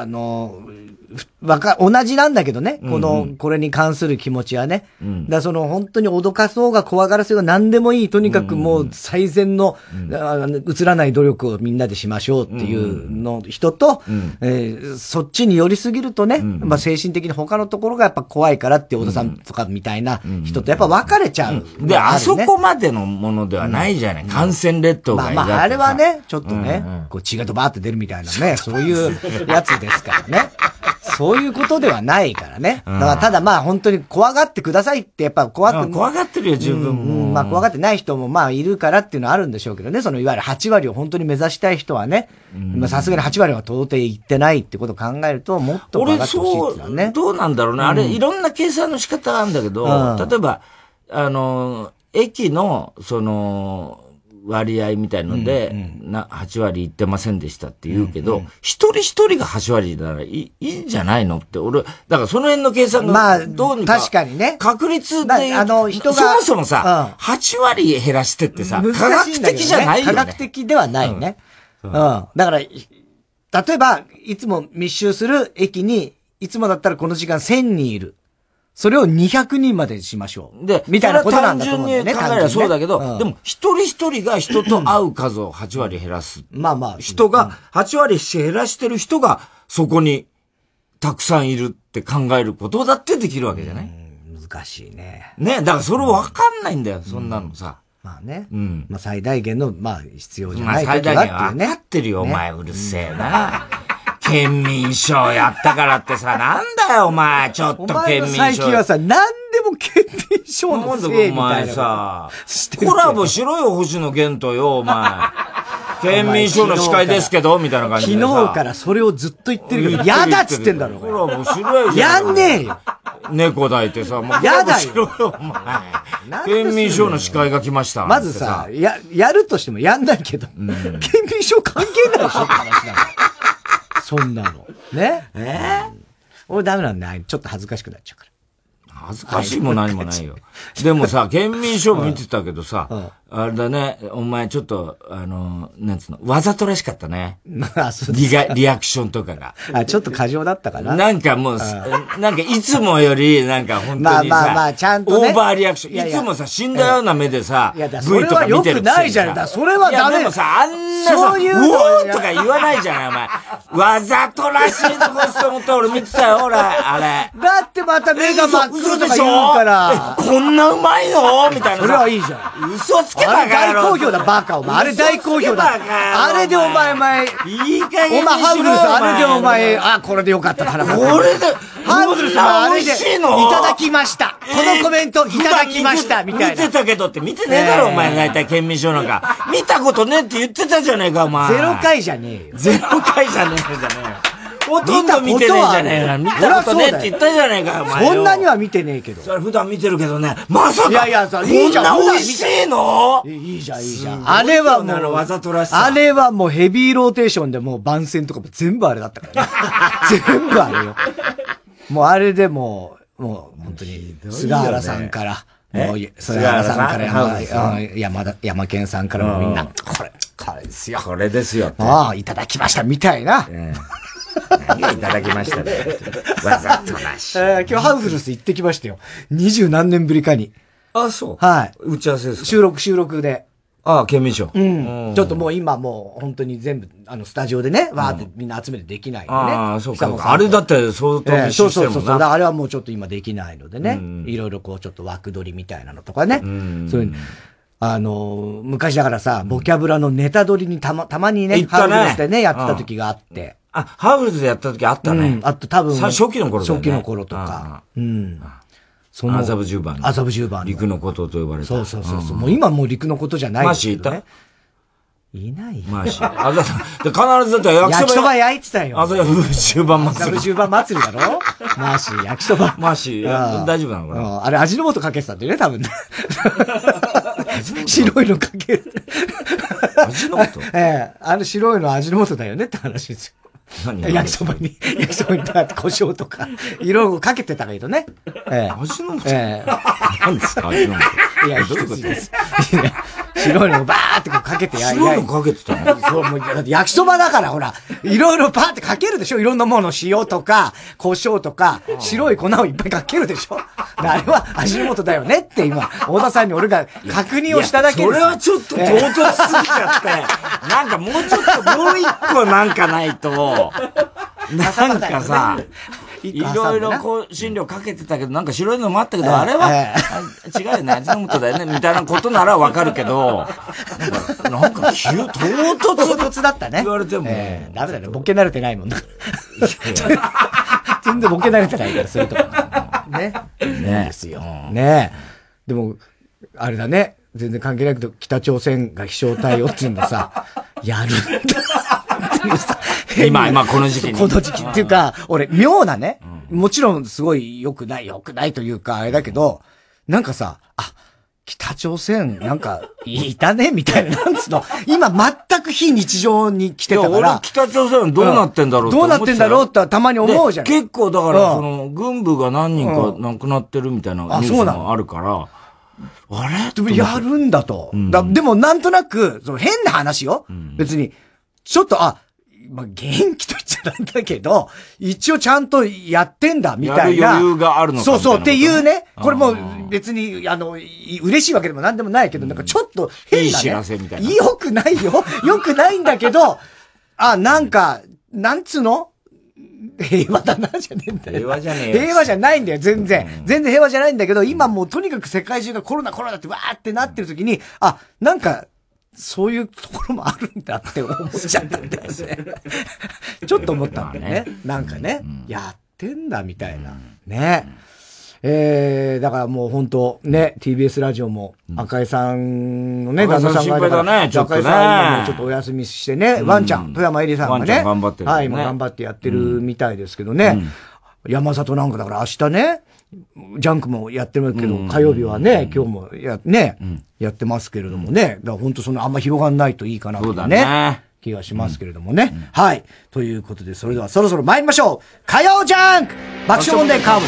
同じなんだけどね、これに関する気持ちはね。だから本当に脅かそうが怖がらせようが何でもいい。とにかくもう最善の、映らない努力をみんなでしましょうっていうの人と、そっちに寄りすぎるとね、まあ精神的に他のところがやっぱ怖いからって小田さんとかみたいな人とやっぱ分かれちゃう。 で、あそこまでのものではないじゃない。感染列島が。 まあ、あれはね、ちょっとね、血がドバーって出るみたいなね、そういうやつですからね。そういうことではないからね。だからただまあ本当に怖がってくださいってやっぱ怖がってるよ十分。 まあ怖がってない人もまあいるからっていうのはあるんでしょうけどね。いわゆる8割を本当に目指したい人はね。まあさすがに8割は到底いってないってことを考えるともっと怖がってほしいっていうのはね。 どうなんだろうね。あれいろんな計算の仕方があるんだけど、例えば、駅の割合みたいので、8割いってませんでしたって言うけど、一人一人が8割ならいいんじゃないのって、俺、だからその辺の計算が、 まあ、どうにか。確かにね。 確率で、人が、そもそもさ、8割減らしてってさ、科学的じゃないよね。 科学的ではないね。だから、例えば、いつも密集する駅に、いつもだったらこの時間1000人いる。それを200人までしましょう。 で、 みたいなことなんだと思うんだよね。 単純に考えればそうだけど、でも一人一人が人と会う数を8割減らす。 まあまあ。 人が、8割減らしてる人がそこにたくさんいるって考えることだってできるわけじゃない？ 難しいね。 ね、だからそれわかんないんだよ、そんなのさ。 まあね。まあ最大限の、まあ必要じゃない時はっていうね。最大限わかってるよ、お前うるせえな。県民賞やったからってさ、なんだよお前、ちょっと県民賞。 最近はさ、なんでも県民賞のせいみたいな。 お前さ、コラボしろよ、星野源とよ、お前。県民賞の司会ですけど、みたいな感じで。 昨日からそれをずっと言ってるけど、やだっつってんだろ。 コラボしろよ。 やんねえよ。 猫抱いてさ、もうやだよ、お前。県民賞の司会が来ました。 まずさ、やるとしてもやんないけど、県民賞関係ないでしょって話なの。そんなの。ね俺ダメなんだ。ちょっと恥ずかしくなっちゃうから。 恥ずかしいも何もないよ。でもさ、県民賞見てたけどさ、あれだね、お前ちょっと、なんつうの、わざとらしかったね。リアクションとかが。 ちょっと過剰だったかな。 なんかもう、なんかいつもより、なんか本当にさ、 まあ、ちゃんとね。 オーバーリアクション。いつもさ、死んだような目でさ、 V とか見てる。それは良くないじゃん。それはダメ。 でもさ、あんなさ、そういうおーとか言わないじゃない、お前。わざとらしいとこして思った俺見てたよ、俺、あれ。 だってまた目が真っ黒とか言うから。 こんなうまいのみたいな。 それはいいじゃん。 嘘つけばあれ大好評だ、バカ、お前。あれ大好評だ。あれでお前、 いい加減にしろ。 お前、ハウルス、あれでお前、これでよかったかな。 これで、 ハウルスはあれで、いただきました。このコメント、いただきました、みたいな。 見てたけどって見てねえだろ、お前、大体県民賞なんか。見たことねえって言ってたじゃねえか、お前。 0回じゃねえよ。 0回じゃねえじゃねえ。ほとんど見てねえじゃねえか。見たことねえって言ったじゃねえか、お前。 そんなには見てねえけど。 それ普段見てるけどね。まさか。 いや、こんな美味しいの？ いいじゃん。あれはもう、 わざとらしさ。 あれはもうヘビーローテーションでもう番宣とかも全部あれだったからね。全部あれよ。もうあれでもう本当に、菅原さんから、菅原さんから山県さんからもみんな、これですよ。 これですよ。 いただきました、みたいな。 何がいただきましたね。わざとらしい。 今日ハウフルス行ってきましたよ。20何年ぶりかに。 あ、そう。 はい。 打ち合わせですか？ 収録で。 県民賞。 ちょっともう今もう本当に全部、スタジオでね、わーってみんな集めてできないんでね。 そうか。あれだって相当密集してるもんな。 そう。あれはもうちょっと今できないのでね。いろいろこうちょっと枠取りみたいなのとかね。そういう昔だからさ、ボキャブラのネタ取りにたまにね、ハウルスでね、やってた時があって。 ハウルスでやった時あったね。 あと多分。 初期の頃だね。 初期の頃とか。 麻布十番。 麻布十番。 陸のことと呼ばれた。 そう。もう今もう陸のことじゃないですけどね。 いないよ。 マーシー。必ずだって焼きそば焼いてたよ。 朝風習版祭り。 風習版祭りだろマーシー、焼きそば。 マーシー、大丈夫なのかなあれ味の素かけてたんだよね、多分ね。白いのかける。 味の素白いの味の素だよねって話ですよ。焼きそばに胡椒とか、色をかけてたけどね。 味の素何ですか味の素。 いや、どういうことです白いのをバーってこうかけて白いのかけてたのそう、もう、だって焼きそばだからほら、いろいろバーってかけるでしょいろんなもの、塩とか、胡椒とか、白い粉をいっぱいかけるでしょあれは味の素だよねって今、大田さんに俺が確認をしただけです。 それはちょっと唐突すぎちゃって、なんかもうちょっともう一個なんかないと、なんかさ、いろいろこう、診療かけてたけど、なんか白いのもあったけど、あれは、違うよね、味の素だよね、みたいなことならわかるけど、なんか、唐突だったね。 言われても。 ダメだね、ボケ慣れてないもんだ。全然ボケ慣れてないから、そういうとこ。ね。ねですよ。ねでも、あれだね、全然関係ないけど、北朝鮮が飛翔体をっていうのさ、やるんだ。 今この時期に。 この時期っていうか、俺、妙なね、もちろんすごい良くないというか、あれだけど、なんかさ、北朝鮮、なんか、いたねみたいな、なんつうの、今全く非日常に来てたから。 北朝鮮どうなってんだろうってどうなってんだろうってたまに思うじゃん。 結構だから、軍部が何人か亡くなってるみたいなニュースもあるから、あれでもやるんだと。でもなんとなく、変な話よ。別に、ちょっと、元気と言っちゃなんだけど、一応ちゃんとやってんだ、みたいな。 やる余裕があるのか。 そう、っていうね。これも別に、嬉しいわけでもなんでもないけど、なんかちょっと変なね。いい知らせみたいな。 よくないよ。よくないんだけど、なんか、なんつうの平和だな、じゃねえんだよ。 平和じゃねえよ。 平和じゃないんだよ、全然。全然平和じゃないんだけど、今もうとにかく世界中がコロナってわーってなってる時に、なんか、そういうところもあるんだって思っちゃったんだよね。ちょっと思ったんだよね。なんかね、やってんだみたいな。ね。だからもう本当ね、TBS ラジオも赤井さんのね、 旦那さんが、 赤井さんもちょっとお休みしてね、ワンちゃん、富山えりさんがね、 頑張ってる。 はい、今頑張ってやってるみたいですけどね。山里なんかだから明日ね、ジャンクもやってるけど、火曜日はね、今日もやってますけれどもね。だから本当あんま広がんないといいかなというね、気がしますけれどもね。はい。ということで、それではそろそろ参りましょう。火曜ジャンク爆笑問題カーボン。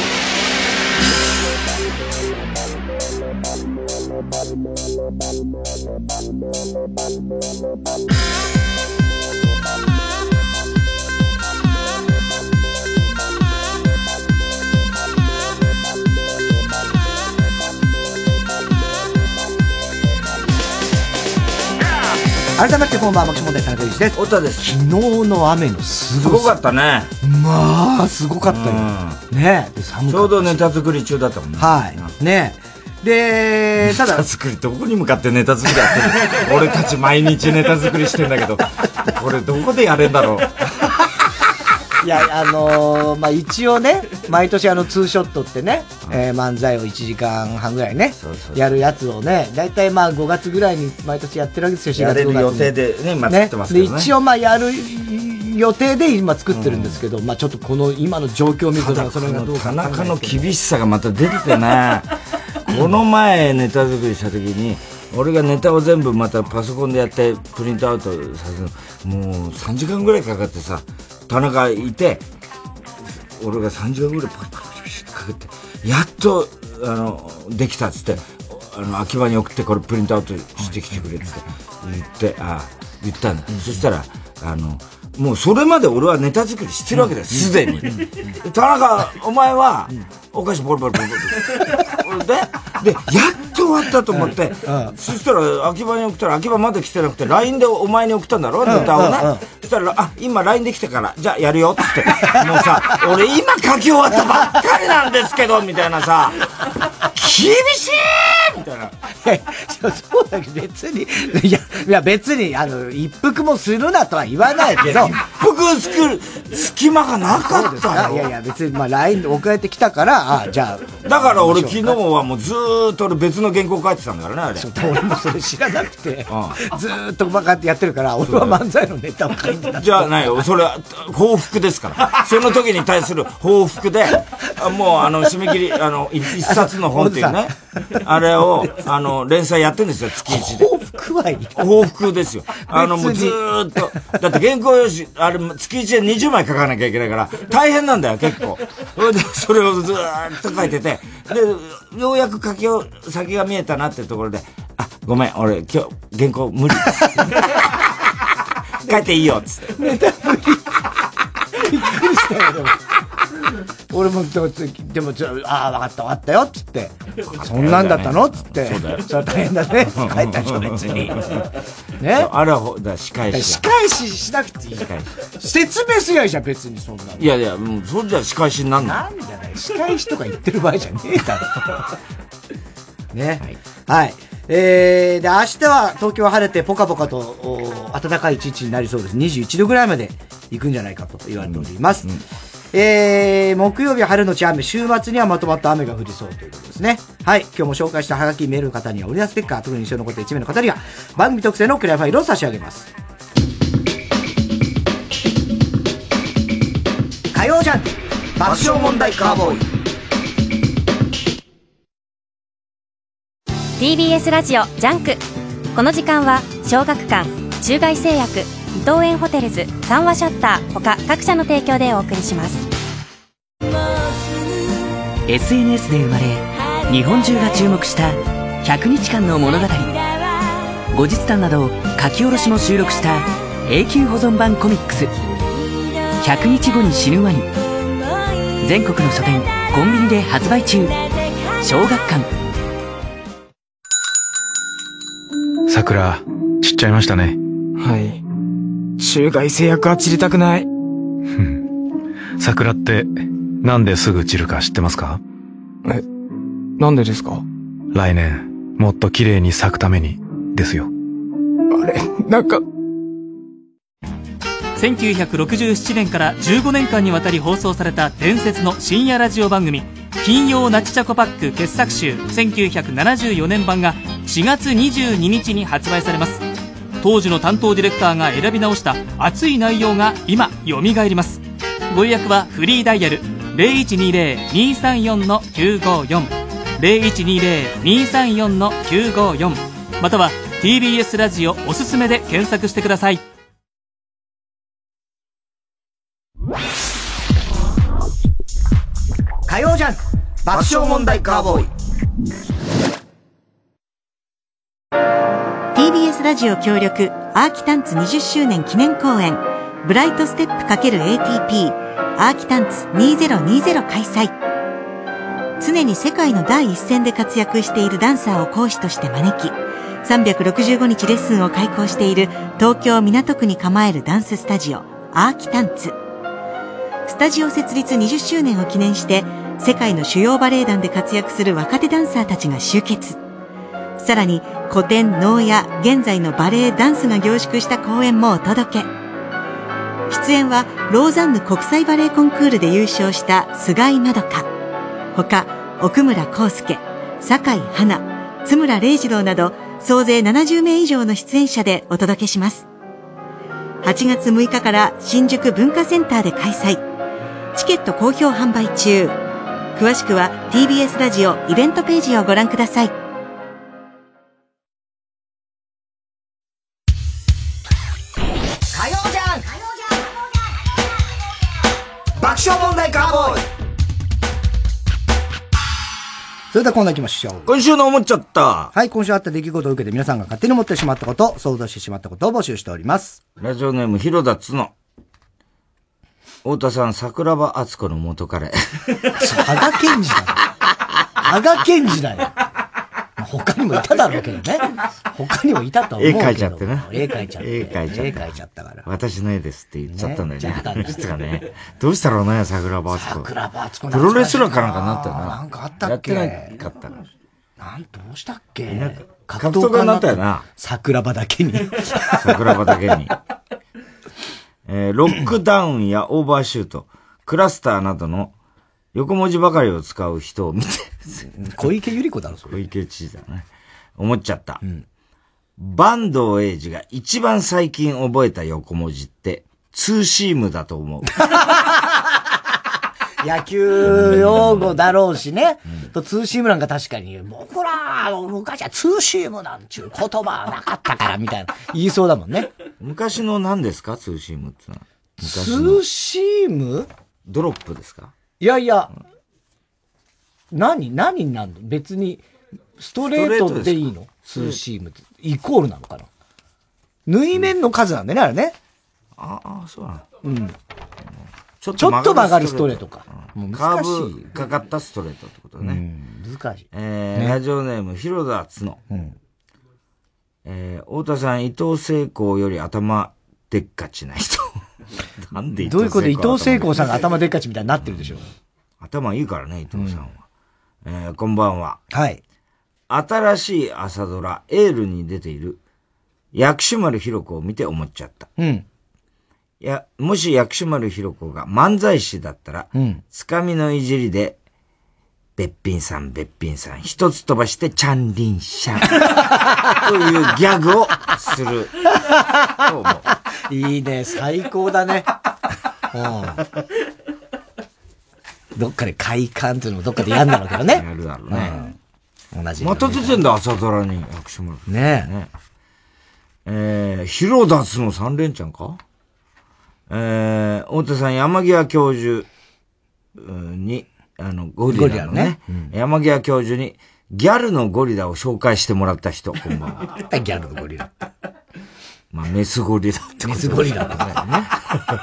改めてこんばんは、爆笑問題田中裕二です。 太田です。 昨日の雨のすごかったね。 まあ、すごかったよ。ねえ。寒かった。ちょうどネタ作り中だったもんね。 はい。ねえ。で、ただ。 ネタ作り、どこに向かってネタ作りやってる俺たち毎日ネタ作りしてんだけど、これどこでやれんだろう。 いや、まあ、一応ね、毎年ツーショットってね、漫才を1時間半ぐらいね、やるやつをね、だいたいまあ5月ぐらいに毎年やってるわけですよ、4月5月に。 やれる予定でね、今作ってますけどね。 で、一応まあやる予定で今作ってるんですけど、まあちょっとこの今の状況を見ると、それがどうか。 田中の厳しさがまた出ててね、この前ネタ作りした時に、俺がネタを全部またパソコンでやってプリントアウトさせるの、もう3時間ぐらいかかってさ、田中いて、俺が3時間ぐらいパチパチパチってかけて、やっと、できたっつって、秋葉に送ってこれプリントアウトしてきてくれって言ったんだ。そしたら、もうそれまで俺はネタ作りしてるわけだよ、すでに。田中、お前は、お菓子ポリポリポリポリ。で、やっと終わったと思って、そしたら、秋葉に送ったら、秋葉まだ来てなくて、LINE でお前に送ったんだろ、ネタをね。そしたら、今 LINE で来てから、じゃあやるよ、つって。もうさ、俺今書き終わったばっかりなんですけど、みたいなさ、厳しいみたいな。 そうだけど別に、いや別に、一服もするなとは言わないけど、 一服作る隙間がなかったよ。 いや別に、まあ LINE で送られてきたから、じゃあだから俺昨日はもうずーっと俺別の原稿書いてたんだからね、あれ。 そう、俺もそれ知らなくて、ずーっとバカってやってるから、俺は漫才のネタを書いてた。 じゃあないよ、それは報復ですから。その時に対する報復で、もう締め切り、一冊の本っていうね、あれを、連載やってんですよ、月1で。 報復はいい。 報復ですよ。もうずーっと、だって原稿用紙、あれ、月1で20枚書かなきゃいけないから、大変なんだよ、結構。それをずーっと書いてて、で、ようやく先が見えたなっていうところで、あ、ごめん、俺、今日、原稿無理です。書いていいよ、つって。 ネタ無理。びっくりしたよ、でも。俺も、でも、ああ、わかったよ、つって。そんなんだったのつって。 そうだよ。 それ大変だね。帰ったでしょ、別に。ね。 あれは、仕返し。 仕返ししなくていい。説明すりゃいいじゃん、別にそんなの。 いやいや、もう、それじゃ仕返しになんない。 なんだよ、仕返しとか言ってる場合じゃねえだろ。ね。はい。で、明日は東京は晴れてポカポカと暖かい一日になりそうです。21度ぐらいまで行くんじゃないかと言われております。木曜日は晴れのち雨、週末にはまとまった雨が降りそうということですね。はい。今日も紹介したハガキメールの方にはオリアステッカー、特に印象に残った1名の方には番組特製のクリアファイルを差し上げます。火曜ジャンク爆笑問題カーボーイ。 TBS ラジオジャンク。この時間は小学館、中外製薬、伊東園ホテルズ、三和シャッター他各社の提供でお送りします。 SNS で生まれ日本中が注目した100日間の物語。後日談など書き下ろしも収録した永久保存版コミックス100日後に死ぬワニ。全国の書店コンビニで発売中。小学館。 桜散っちゃいましたね。 はい。中外製薬は散りたくない。 桜ってなんですぐ散るか知ってますか？ なんでですか？ 来年もっと綺麗に咲くためにですよ。 あれ、なんか 1967年から15年間にわたり放送された伝説の深夜ラジオ番組金曜ナチチャコパック傑作集1974年版が4月22日に発売されます。当時の担当ディレクターが選び直した熱い内容が今蘇ります。ご予約はフリーダイヤル 0120-234-954 0120-234-954 または TBS ラジオおすすめで検索してください。 火曜ジャンク爆笑問題カーボーイ。 TBS ラジオ協力アーキタンツ20周年記念公演ブライトステップ ×ATP アーキタンツ2020開催。常に世界の第一線で活躍しているダンサーを講師として招き365日レッスンを開講している東京港区に構えるダンススタジオアーキタンツ。スタジオ設立20周年を記念して世界の主要バレエ団で活躍する若手ダンサーたちが集結。さらに古典、能や現在のバレエ、ダンスが凝縮した公演もお届け。出演はローザンヌ国際バレエコンクールで優勝した菅井まどか、他奥村康介、酒井花、津村礼二郎など総勢70名以上の出演者でお届けします。8月6日から新宿文化センターで開催。チケット好評販売中。詳しくは TBS ラジオイベントページをご覧ください。 火曜ジャンク爆笑問題カーボーイ。それではコーナー行きましょう。 今週の思っちゃった。 はい、今週あった出来事を受けて皆さんが勝手に思ってしまったこと、想像してしまったことを募集しております。 ラジオネーム広田つの。太田さん、桜庭敦子の元彼。 羽賀健二だ。羽賀健二だよ。他にもいただろうけどね。他にもいたと思うけど。 絵描いちゃってね。 絵描いちゃって。 絵描いちゃったから。 私の絵ですって言っちゃったんだよね。 ね実はね。どうしたろうね、桜庭敦子。 桜庭敦子。 プロレスラーかなんかなったよな。 なんかあったっけ？ やってなかったな。 どうしたっけ？ 格闘家になったよな。 桜庭だけに。 桜庭だけに。ロックダウンやオーバーシュート、クラスターなどの横文字ばかりを使う人を見て。 小池百合子だろ、それ。 小池知事だね。思っちゃった。坂東英二が一番最近覚えた横文字って、ツーシームだと思う。 野球用語だろうしね。とツーシームなんか確かに、僕ら、昔はツーシームなんちゅう言葉はなかったから、みたいな。言いそうだもんね。 昔の何ですかツーシームってのは。 ツーシームドロップですか？ いやいや、何なんの別に、ストレートでいいのツーシームって。イコールなのかな縫い面の数なんだね、あれね。 ああ、そうなの。 うん。ちょっと曲がるストレートか。 もう難しい。カーブかかったストレートってことね。 難しい。 ラジオネーム、広田つの。太田さん、伊藤聖光より頭でっかちな人。なんで伊藤聖光？ どういうことで伊藤聖光さんが頭でっかちみたいになってるでしょ。 頭いいからね、伊藤さんは。こんばんは。 はい。 新しい朝ドラ、エールに出ている、薬師丸ひろ子を見て思っちゃった。いや、もし薬師丸ひろ子が漫才師だったら、つかみのいじりで、べっぴんさん、一つ飛ばして、チャンリンシャン。というギャグをする。と思う。いいね、最高だね。どっかで快感っていうのもどっかでやんだろうけどね。 やるだろうね。 同じ。 また出てんだ、朝ドラに、薬師丸。 ねえ。広田つの3連チャンか？大手さん、山際教授に、ゴリラのね、山際教授に、ギャルのゴリラを紹介してもらった人、こんばんは。 ギャルのゴリラ。 まあ、メスゴリラってこと。 メスゴリラってことだね。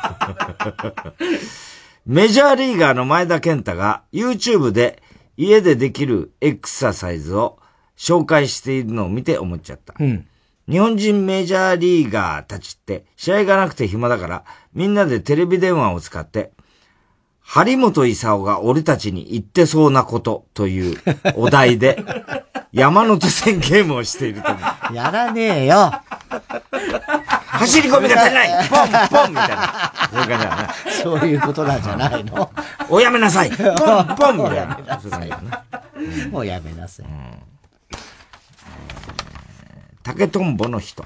メジャーリーガーの前田健太が YouTube で家でできるエクササイズを紹介しているのを見て思っちゃった。日本人メジャーリーガーたちって試合がなくて暇だからみんなでテレビ電話を使って張本勲が俺たちに言ってそうなことというお題で山手線ゲームをしていると思う。 やらねえよ。 走り込みが足りないポンポンみたいな。そういう感じだね。 そういうことなんじゃないの？ おやめなさいポンポンみたいな。 もうやめなさい。 竹とんぼの人。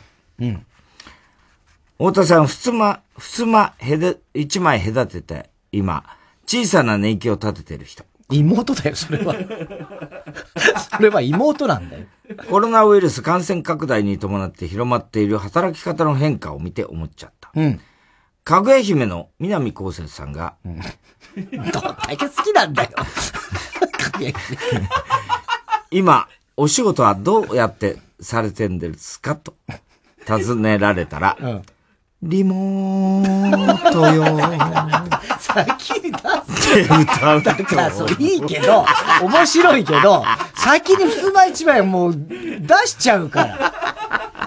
太田さん、ふすま一枚隔てて、今、小さな寝息を立ててる人。 妹だよ、それは。それは妹なんだよ。 コロナウイルス感染拡大に伴って広まっている働き方の変化を見て思っちゃった。かぐや姫の南こうせつさんが、 どんだけ好きなんだよ。かぐや姫。 今、お仕事はどうやってされてんですかと尋ねられたら、リモートよ。 先に出す。歌う。だからそれいいけど、面白いけど、先にふすま一枚もう出しちゃうから。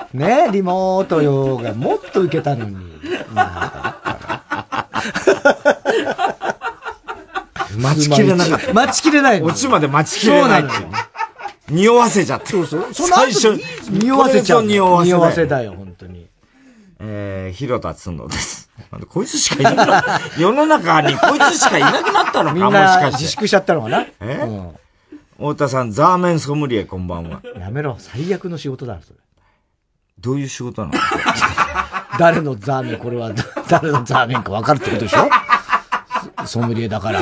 ね、リモートよがもっと受けたのに。 待ちきれなかった。 待ちきれない。 オチまで待ちきれないっていう。匂わせちゃって。 そう。最初に匂わせちゃう。匂わせだよ、本当に。 広田つのです。こいつしかいなくなった。世の中にこいつしかいなくなったのか、 みんな自粛しちゃったのかな。 太田さん、ザーメンソムリエこんばんは。 やめろ、最悪の仕事だ、それ。 どういう仕事なの？ 誰のザーメン、これは誰のザーメンか分かるってことでしょ？ソムリエだから。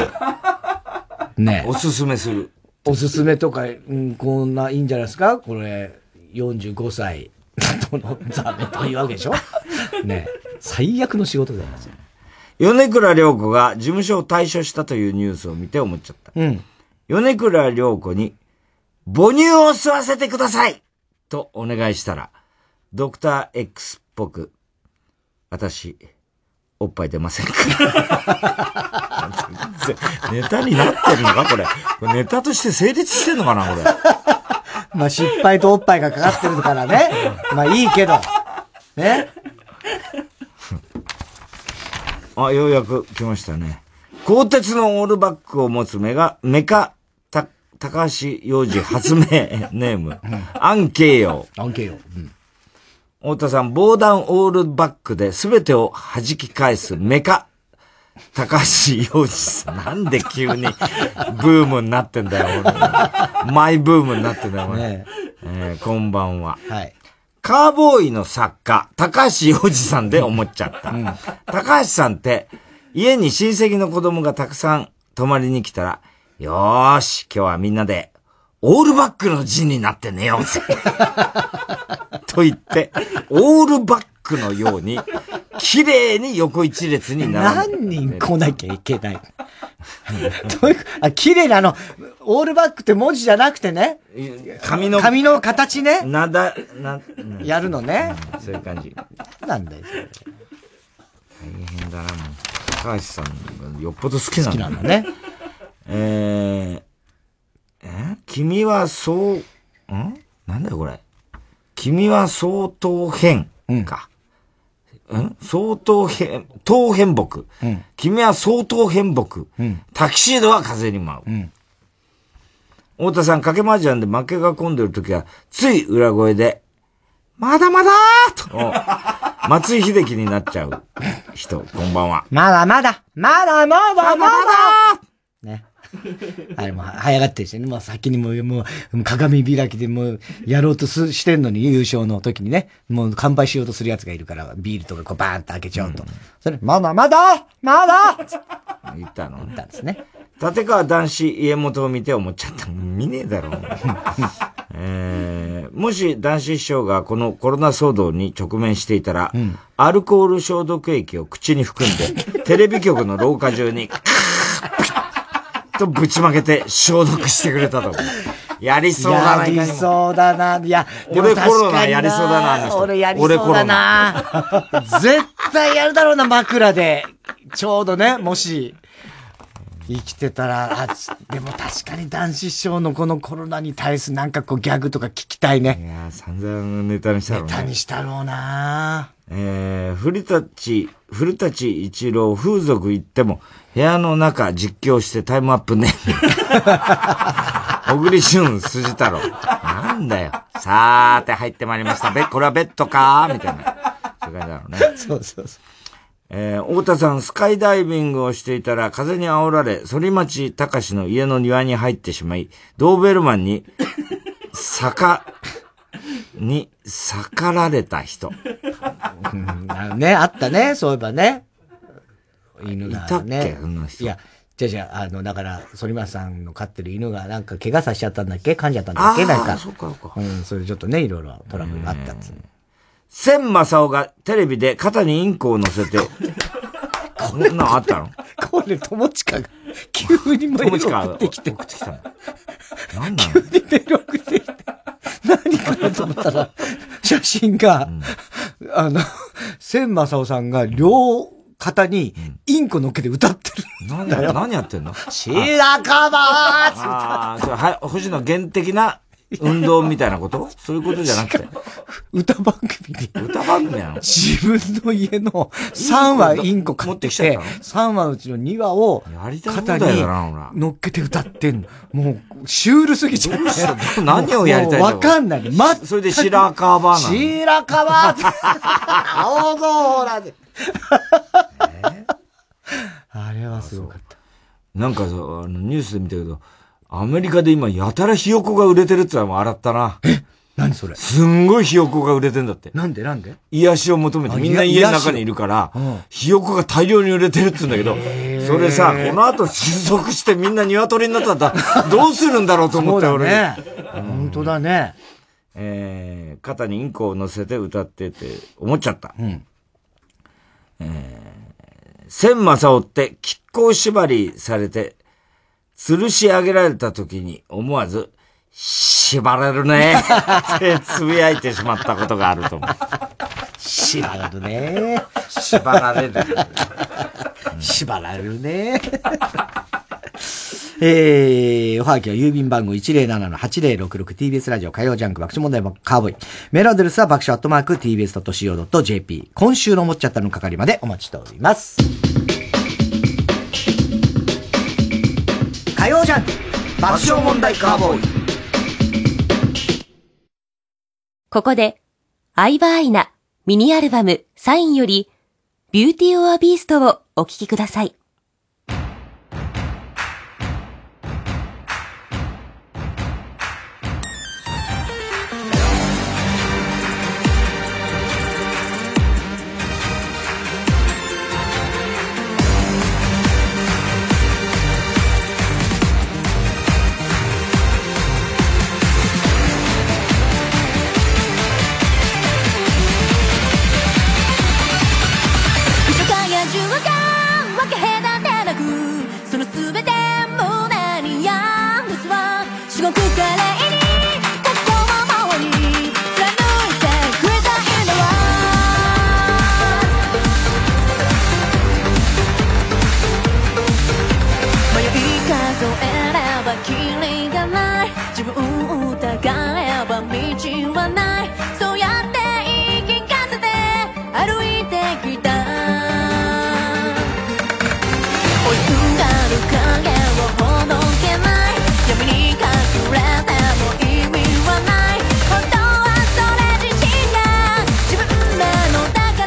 ね。 おすすめする。 おすすめとか、こんないいんじゃないですか？これ、45歳のザーメンとか言うわけでしょ？ね。最悪の仕事だよ。 米倉涼子が事務所を退所したというニュースを見て思っちゃった。米倉涼子に、母乳を吸わせてくださいとお願いしたら、ドクター X っぽく、私、おっぱい出ませんか？ネタになってるのかこれ。ネタとして成立してんのかなこれ。 まあ失敗とおっぱいがかかってるからね。まあいいけど。ね。 あ、ようやく来ましたね。鋼鉄のオールバックを持つメカ高橋洋二発明ネーム。アンケイヨウ。アンケイヨウ。 太田さん、防弾オールバックで全てを弾き返すメカ高橋洋二さん。なんで急にブームになってんだよ、俺。マイブームになってんだよ、俺。こんばんは。はい。カーボーイの作家、高橋洋二さんで思っちゃった。高橋さんって、家に親戚の子供がたくさん泊まりに来たら、よーし、今日はみんなで、オールバックの字になって寝ようぜ。と言って、オールバックのように、綺麗に横一列に並んで。 何人来なきゃいけない。どういう、綺麗なオールバックって文字じゃなくてね。紙の形ね。やるのね。 そういう感じ。 なんだよ、 大変だな、もう。高橋さんがよっぽど好きなんだ。 好きなんだね。 君はなんだよこれ。君は相当変か。相当変、当変木。君は相当変木。タキシードは風に舞う。太田さん、掛け麻雀で負けが込んでるときは、つい裏声で、まだまだーと、松井秀喜になっちゃう人、こんばんは。 まだまだね。あれも早がってるしね。もう先にもう鏡開きでもうやろうとしてんのに、優勝の時にね。もう乾杯しようとするやつがいるから、ビールとかこうバーンと開けちゃうと。それ、まだ言ったの？ 言ったんですね。 立川談志家元を見て思っちゃった。見ねえだろ。もし談志師匠がこのコロナ騒動に直面していたら、アルコール消毒液を口に含んで、テレビ局の廊下中に、とぶちまけて消毒してくれたと思う。やりそうだな。 やりそうだな。いや、 俺コロナやりそうだな、あの人。 俺やりそうだな。絶対やるだろうな、枕で。ちょうどね、もし、生きてたら、でも確かに男子師匠のこのコロナに対するなんかこうギャグとか聞きたいね。 いや散々ネタにしたろうね。 ネタにしたろうな。 古舘一郎風俗行っても部屋の中実況してタイムアップね。小栗旬筋太郎。なんだよ。さーて入ってまいりました。これはベッドかーみたいな。そういう感じだろうね。 そうそうそう。 太田さん、スカイダイビングをしていたら風に煽られ、反町隆史の家の庭に入ってしまい、ドーベルマンに逆られた人。 ね、あったね、そういえばね。犬がね。 いたっけそんな人。 いや、じゃあ、だから、反町さんの飼ってる犬がなんか怪我させちゃったんだっけ噛んじゃったんだっけなんか。 そうか。 それでちょっとね、いろいろトラブルがあったっつう。 千正夫がテレビで肩にインコを乗せて、こんなのあったの？ これ、友近が、急にメール送ってきて。 送ってきたの。何なの？ 急にメール送ってきて。何かなと思ったら、写真が、千正夫さんが両肩にインコ乗っけて歌ってる。 なんだよ。何やってんの？ 白樺ーそれ、はい、星野源的な運動みたいなことそういうことじゃなくて。 歌番組に。 歌番組なの？ 自分の家の3羽インコ飼ってきて、3羽のうちの2羽を肩に乗っけて歌ってんの。もう、シュールすぎちゃって。 何をやりたいの？ わかんない。 それで白樺なの？ 白樺青空で。あれはすごかった。 なんかさ、ニュースで見たけど、アメリカで今やたらひよこが売れてるってのは笑ったな。 何それ？ すんごいひよこが売れてんだって。 なんで癒しを求めてみんな家の中にいるから、ひよこが大量に売れてるって言うんだけど、それさ、この後失速してみんな鶏になったらどうするんだろうと思った俺。 ね。本当だね。 肩にインコを乗せて歌ってて思っちゃった。千正夫って亀甲縛りされて、吊るし上げられた時に思わず、縛れるねってつぶやいてしまったことがあると思う。 縛れるね。 縛られる。 縛られるね。おはがきは郵便番号 107-8066 TBS ラジオ火曜ジャンク爆笑問題カーボーイ。メールアドレスは爆笑@tbs.co.jp。今週の思っちゃったの係までお待ちしております。火曜ジャンク爆笑問題カーボーイ。 ここで、相葉アイナミニアルバムサインよりビューティーオアビーストをお聴きください。 中が分け隔てなくその全て胸にやんですわ至極華麗に活動の周り貫いてくれたいのは迷い数えればキリがない自分を疑えば道はないそうやって言い聞かせて歩いてきた追いすがる影をほどけない闇に隠れても意味はない本当はそれ自身が自分なのだから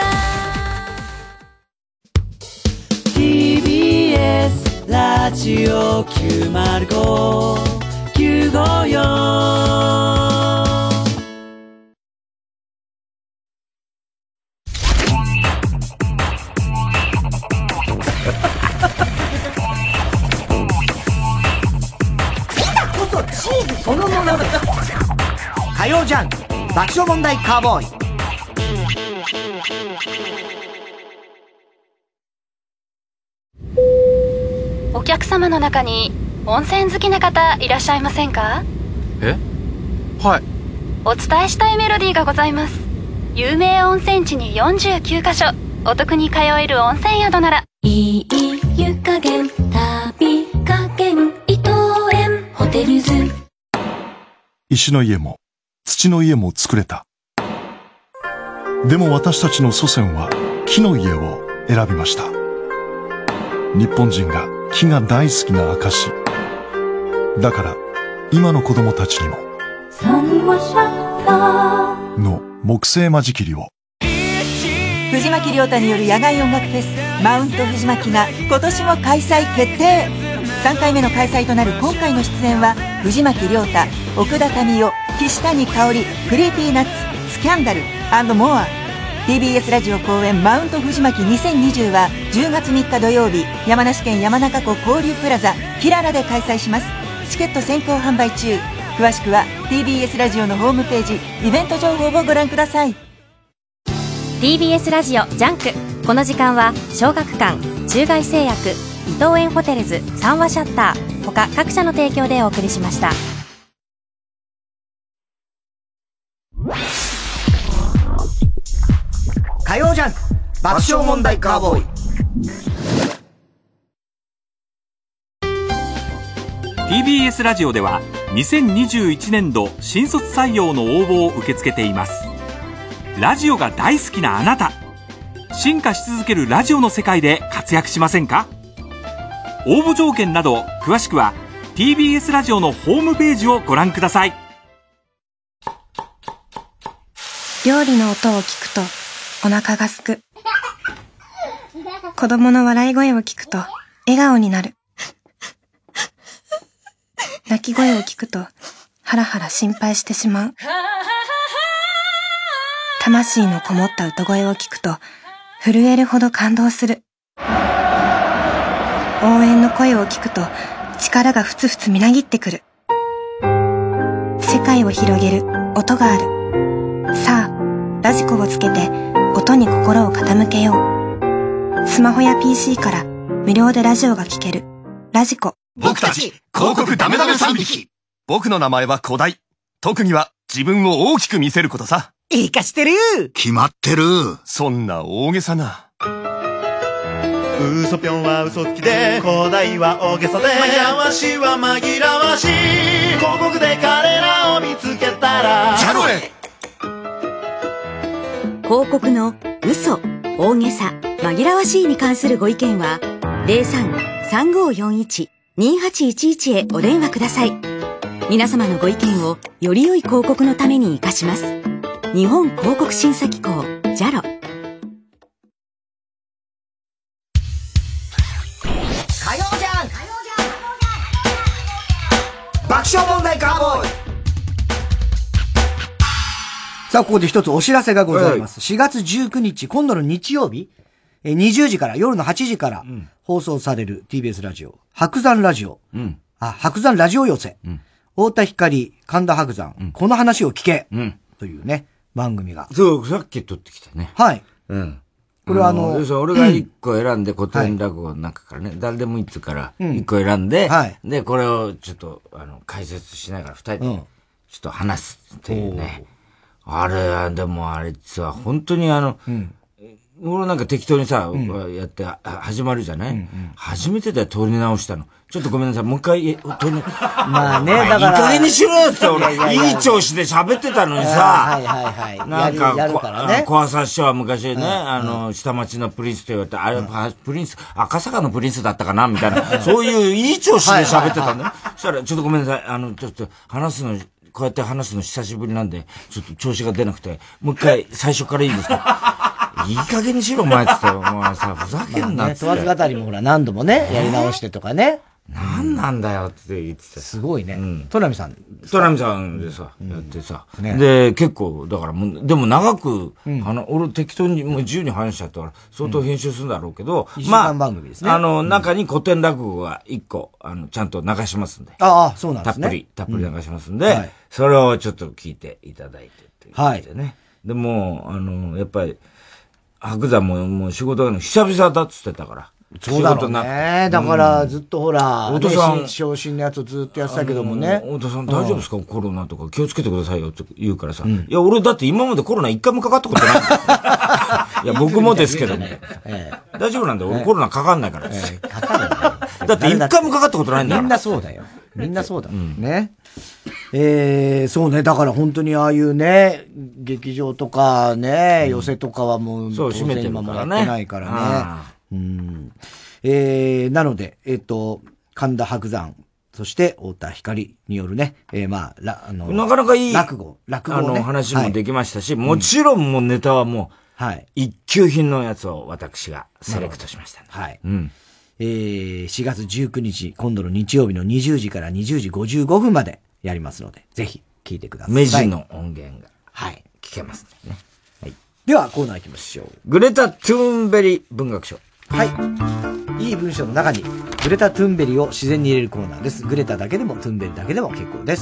TBS ラジオ905-954 そのもの火曜ジャンク爆笑問題カーボーイ。 お客様の中に温泉好きな方いらっしゃいませんか？ え？はい。 お伝えしたいメロディーがございます。有名温泉地に49カ所お得に通える温泉宿ならいい湯加減旅加減伊藤園ホテルズ。 石の家も土の家も作れた。でも私たちの祖先は木の家を選びました。日本人が木が大好きな証。だから今の子供たちにもの木製間仕切りを。 藤巻亮太による野外音楽フェスマウント藤巻が今年も開催決定。3回目の開催となる今回の出演は藤巻亮太、奥田民生、岸谷香織、クリーピーナッツ、スキャンダル&モア。 TBS ラジオ公演マウント藤巻2020は10月3日土曜日山梨県山中湖交流プラザキララで開催します。チケット先行販売中。詳しくは TBS ラジオのホームページイベント情報をご覧ください。 TBS ラジオジャンク。この時間は小学館、中外製薬、伊藤園ホテルズ、三和シャッター他各社の提供でお送りしました。 火曜ジャンク爆笑問題カーボーイ。 TBS ラジオでは2021年度新卒採用の応募を受け付けています。ラジオが大好きなあなた、進化し続けるラジオの世界で活躍しませんか？応募条件など詳しくは TBS ラジオのホームページをご覧ください。 料理の音を聞くとお腹がすく。子供の笑い声を聞くと笑顔になる。泣き声を聞くとハラハラ心配してしまう。魂のこもった歌声を聞くと震えるほど感動する。応援の声を聞くと力がふつふつみなぎってくる。世界を広げる音がある。さあラジコをつけて音に心を傾けよう。スマホや PC から無料でラジオが聴けるラジコ。 僕たち広告ダメダメ3匹。僕の名前は古代。特技は自分を大きく見せることさ。 いいかしてる。 決まってる。そんな大げさな。 嘘ぴょんは嘘つきで古代は大げさで紛らわしは紛らわしい。広告で彼らを見つけたらジャロへ。 広告の嘘、大げさ、紛らわしいに関するご意見は 03-3541-2811 へお電話ください。皆様のご意見をより良い広告のために生かします。日本広告審査機構ジャロ。 火曜ジャンク爆笑問題カーボーイ。さあ、ここで一つお知らせがございます。4月19日、今度の日曜日、20時から、夜の8時から放送される TBS ラジオ、白山ラジオ、白山ラジオ寄せ、太田光、神田伯山、この話を聞け、というね、番組が。 そう、さっき撮ってきたね。 はい。 これは要するに俺が1個選んで古典落語の中からね、誰でもいいっつうから1個選んで、で、これをちょっと解説しながら2人でちょっと話すっていうね。あれは、でもあれさ、本当に俺なんか適当にさ、やって始まるじゃない、初めてで撮り直したの。ちょっとごめんなさい、もう一回撮りまあね、だから。 いい加減にしろよって俺、いい調子で喋ってたのにさ、なんか、小朝師匠は昔ね、下町のプリンスと言われて、あれ、プリンス、赤坂のプリンスだったかなみたいな、そういういい調子で喋ってたんだよ。そしたら、ちょっとごめんなさい、ちょっとこうやって話すの久しぶりなんで、ちょっと調子が出なくて、もう一回最初からいいですかいい加減にしろ、お前って言って、お前さ、ふざけんなって。 問わず語りもほら、何度もね、やり直してとかね。 なんなんだよって言ってた。 すごいね。トナミさんでさ、やってさ。で、結構、だからでも長く、俺適当にもう自由に話しちゃったから、相当編集するんだろうけど、 まあ、番組ですね。 中に古典落語が1個、ちゃんと流しますんで。 ああ、そうなんですね。 たっぷり流しますんで、それをちょっと聞いていただいてっていうね。でも、やっぱり、白山もう仕事が久々だっつってたから。 そうだろうね。だから、ずっとほら、 太田さん。 昇進のやつをずっとやってたけどもね。 太田さん大丈夫ですかコロナとか気をつけてくださいよって言うからさ。いや、俺だって今までコロナ一回もかかったことない。いや、僕もですけどね。大丈夫なんだよ。俺コロナかかんないから。 かかるんだよ。 だって一回もかかったことないんだから。 みんなそうだよ。みんなそうだ。ね。そうね。だから本当にああいうね、劇場とかね、寄席とかはもう、 そう、閉めてるからね。 やってないからね。なので、神田伯山、そして太田光によるね、まあ、 なかなかいい、 落語ね。 話もできましたし、もちろんもうネタはもう、一級品のやつを私がセレクトしましたね。 はい。4月19日、今度の日曜日の20時から20時55分までやりますので、ぜひ聞いてください。 目地の音源が、聞けますね。 では、コーナー行きましょう。 グレタ・トゥーンベリ文学賞。 はい。いい文章の中に、グレタ・トゥーンベリを自然に入れるコーナーです。グレタだけでも、トゥーンベリだけでも結構です。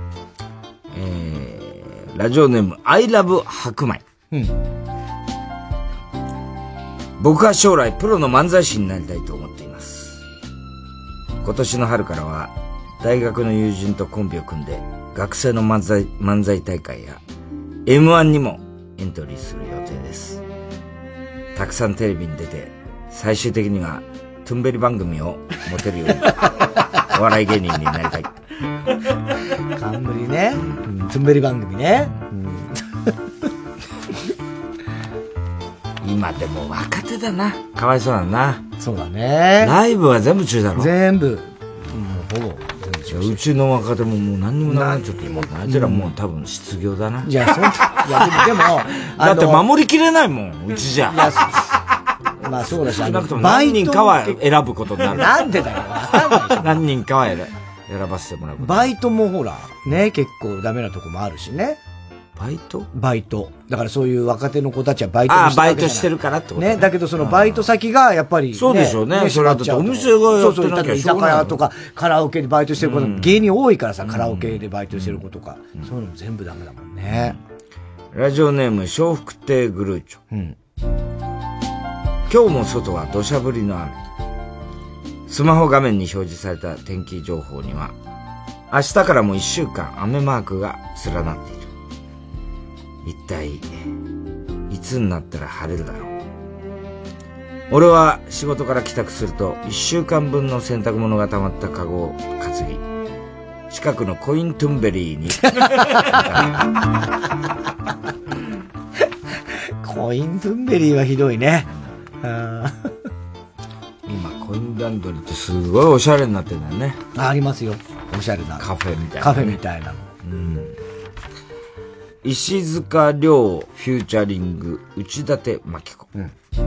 ラジオネーム、I love 白米。僕は将来プロの漫才師になりたいと思っています。今年の春からは大学の友人とコンビを組んで学生の漫才大会や M1 にもエントリーする予定です。たくさんテレビに出て最終的にはトゥンベリ番組を持てるようにお笑い芸人になりたい。 冠ね、トゥンベリ番組ね。 今でも若手だな。かわいそうだな。 そうだね。 ライブは全部中だろ。 全部。ほぼ全部中。うちの若手ももう何にもなくなっちゃってもうあいつらもう多分失業だな。 いや、でも、 だって守りきれないもん、うちじゃ。 まあそうだし、 少なくとも何人かは選ぶことになる。 なんでだよ。わかんない。 何人かは選ばせてもらう。 バイトもほら、ね、結構ダメなとこもあるしね。 バイトだからそういう若手の子たちはバイトしてる。バイトしてるからってことね。だけどそのバイト先がやっぱり、ね。 そうでしょうね。それはだってお店がやってなきゃ居酒屋とかカラオケでバイトしてる子、芸人多いからさ、カラオケでバイトしてる子とか、そういうのも全部ダメだもんね。 ラジオネーム、笑福亭グルーチョ。今日も外は土砂降りの雨。スマホ画面に表示された天気情報には、明日からも1週間雨マークが連なっている。一体、いつになったら晴れるだろう。俺は仕事から帰宅すると、1週間分の洗濯物が溜まったカゴを担ぎ、近くのコイントゥンベリーに。 コイントゥンベリーはひどいね。 今、コインランドリーってすごいおしゃれになってるんだよね。 ありますよ。おしゃれな。 カフェみたいな、 カフェみたいなの。 石塚亮フューチャリング内館真紀子、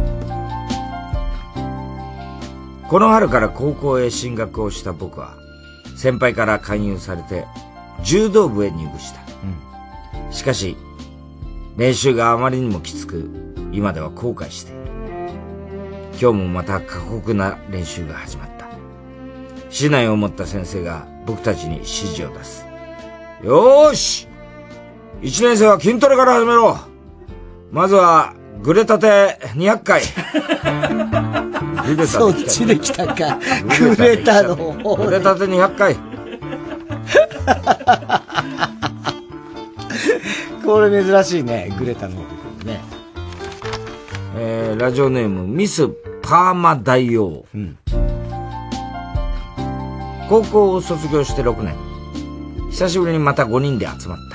この春から高校へ進学をした僕は先輩から勧誘されて柔道部へ入部した、しかし練習があまりにもきつく今では後悔している。今日もまた過酷な練習が始まった。竹刀を持った先生が僕たちに指示を出す。よーし、1年生は筋トレから始めろ。まずはグレタテ200回。 そっちで来たか。グレタの方。 グレタテ200回。 これ珍しいね、グレタの方ね。 ラジオネーム、ミスパーマ大王。高校を卒業して6年。久しぶりにまた5人で集まった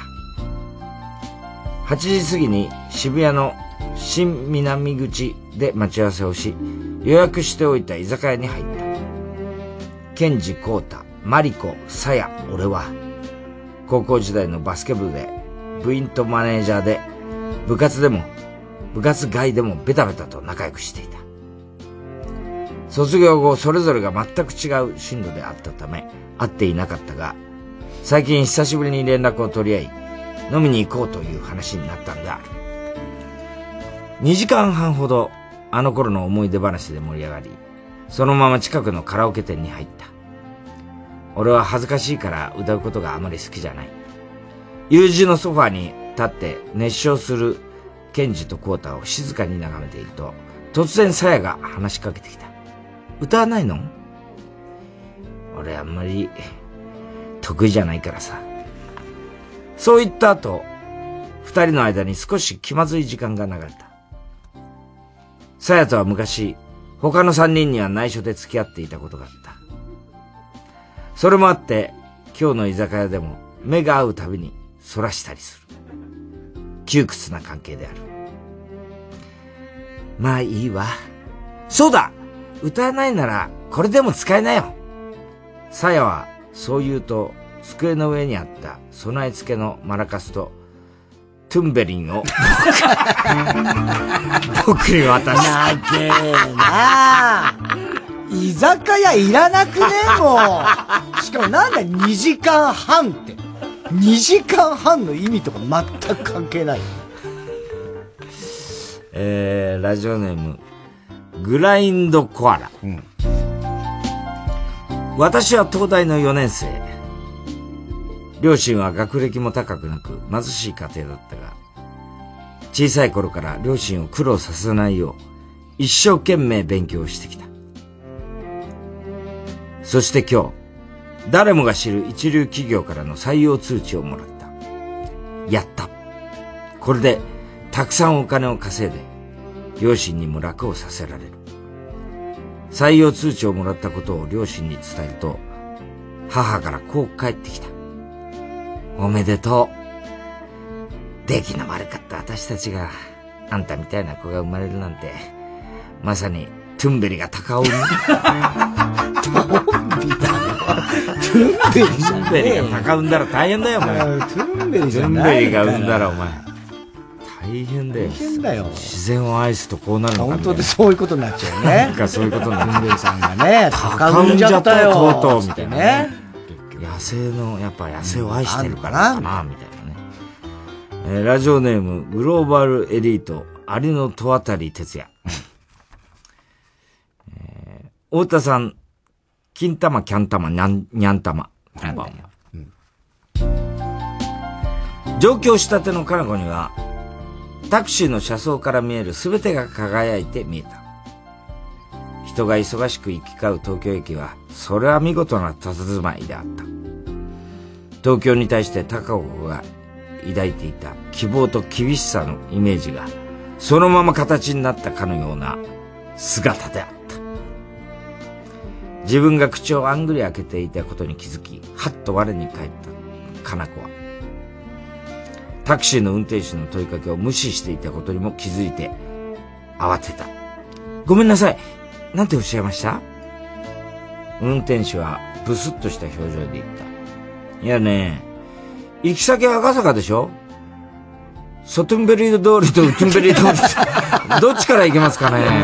。8時過ぎに渋谷の新南口で待ち合わせをし、予約しておいた居酒屋に入った。ケンジ、コウタ、マリコ、サヤ、俺は、高校時代のバスケ部で、部員とマネージャーで、部活でも、部活外でもベタベタと仲良くしていた。卒業後、それぞれが全く違う進路であったため、会っていなかったが、最近久しぶりに連絡を取り合い、飲みに行こうという話になったんである。2時間半ほど、あの頃の思い出話で盛り上がり、そのまま近くのカラオケ店に入った。俺は恥ずかしいから歌うことがあまり好きじゃない。友人のソファに立って熱唱するケンジとコウタを静かに眺めていると、突然サヤが話しかけてきた。歌わないの？俺あんまり得意じゃないからさ。そう言った後、二人の間に少し気まずい時間が流れた。サヤとは昔、他の三人には内緒で付き合っていたことがあった。それもあって、今日の居酒屋でも目が合うたびにそらしたりする。窮屈な関係である。まあいいわ。そうだ！歌わないならこれでも使いなよ。サヤはそう言うと机の上にあった備え付けのマラカスとトゥンベリンを僕に渡した。 なげーな居酒屋いらなくねもう。しかもなんだ2時間半って。2時間半の意味とか全く関係ない。 ラジオネームグラインドコアラ、私は東大の4年生。両親は学歴も高くなく貧しい家庭だったが、小さい頃から両親を苦労させないよう一生懸命勉強してきた。そして今日、誰もが知る一流企業からの採用通知をもらった。やった。これでたくさんお金を稼いで両親にも楽をさせられる。採用通知をもらったことを両親に伝えると、母からこう返ってきた。おめでとう。出来の悪かった私たちがあんたみたいな子が生まれるなんて、まさにトゥンベリが高尾に。トゥンベリが高産んだら大変だよ、お前。 トゥンベリじゃない。 トゥンベリが産んだらお前大変だよ。 大変だよ。 自然を愛すとこうなるのかみたいな。 本当でそういうことになっちゃうね。 なんかそういうことになっちゃう。 トゥンベリさんがね、高産んじゃったよ。 とうとうみたいなね。野生の、やっぱ野生を愛してるからかな、みたいなね。ラジオネーム、グローバルエリート、アリの戸渡哲也。太田さん、金玉、キャン玉、にゃん玉。上京したてのカナコには、タクシーの車窓から見える全てが輝いて見えた。人が忙しく行き交う東京駅は、それは見事な佇まいであった。東京に対して高子が抱いていた希望と厳しさのイメージが、そのまま形になったかのような姿であった。自分が口をあんぐり開けていたことに気づき、はっと我に返ったかな子は、タクシーの運転手の問いかけを無視していたことにも気づいて、慌てた。ごめんなさい。なんておっしゃいました？運転手はブスッとした表情で言った。いやね、行き先は赤坂でしょ？ソトゥンベリー通りとウトゥンベリー通りどっちから行けますかね？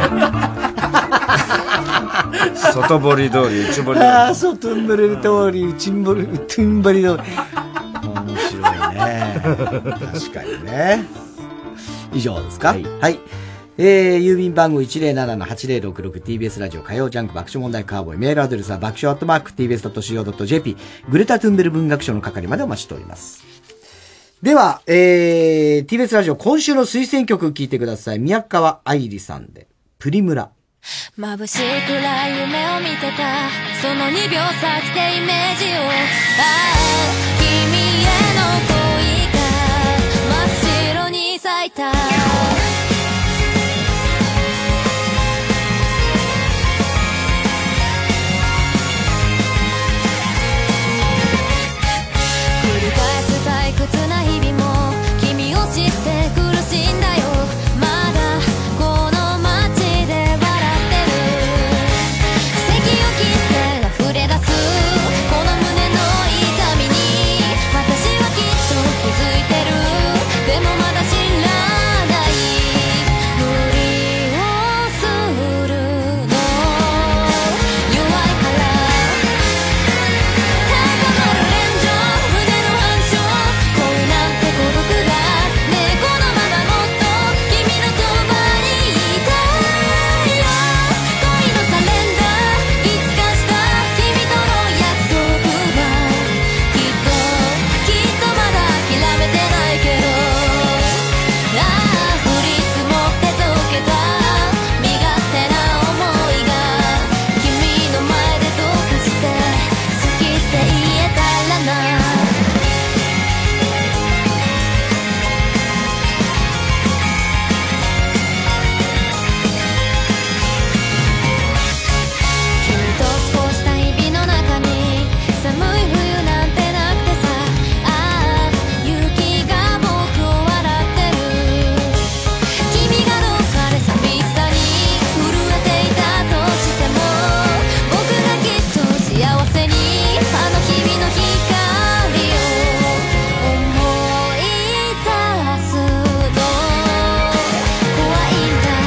外堀通り、内堀通り。 ああ、ソトゥンベリー通り、内堀、ウトゥンベリー通り。面白いね。確かにね。以上ですか？はい。はい。郵便番号 107-8066 TBS ラジオ火曜ジャンク爆笑問題カーボーイ。メールアドレスは爆笑@tbs.co.jp。グレタ・トゥンベル文学賞の係までお待ちしております。 では、TBS ラジオ今週の推薦曲聴いてください。宮川愛理さんで、プリムラ。 眩しいくらい夢を見てたその2秒先でイメージを君への恋が真っ白に咲いた繰り返す退屈な日々も君を知って苦しんだよまだこの街で笑ってる席を切って溢れ出すこの胸の痛みに私はきっと気づいてるでもまだ知らないふりをするの弱いから高まる連情胸の反射恋なんて孤独だねこのままもっと君のそばにいたいよ恋のサレンダーいつかした君との約束はきっとまだ諦めてないけどああ降り積もって溶けた身勝手な想いが君の前でどうかして好きって言えたらな君と過ごした日々の中に寒い冬なんてなくてさああ雪が僕を笑ってる君がどっかで寂しさに震えていたとしても僕がきっと幸せにあの日々の光を思い出すの怖いんだ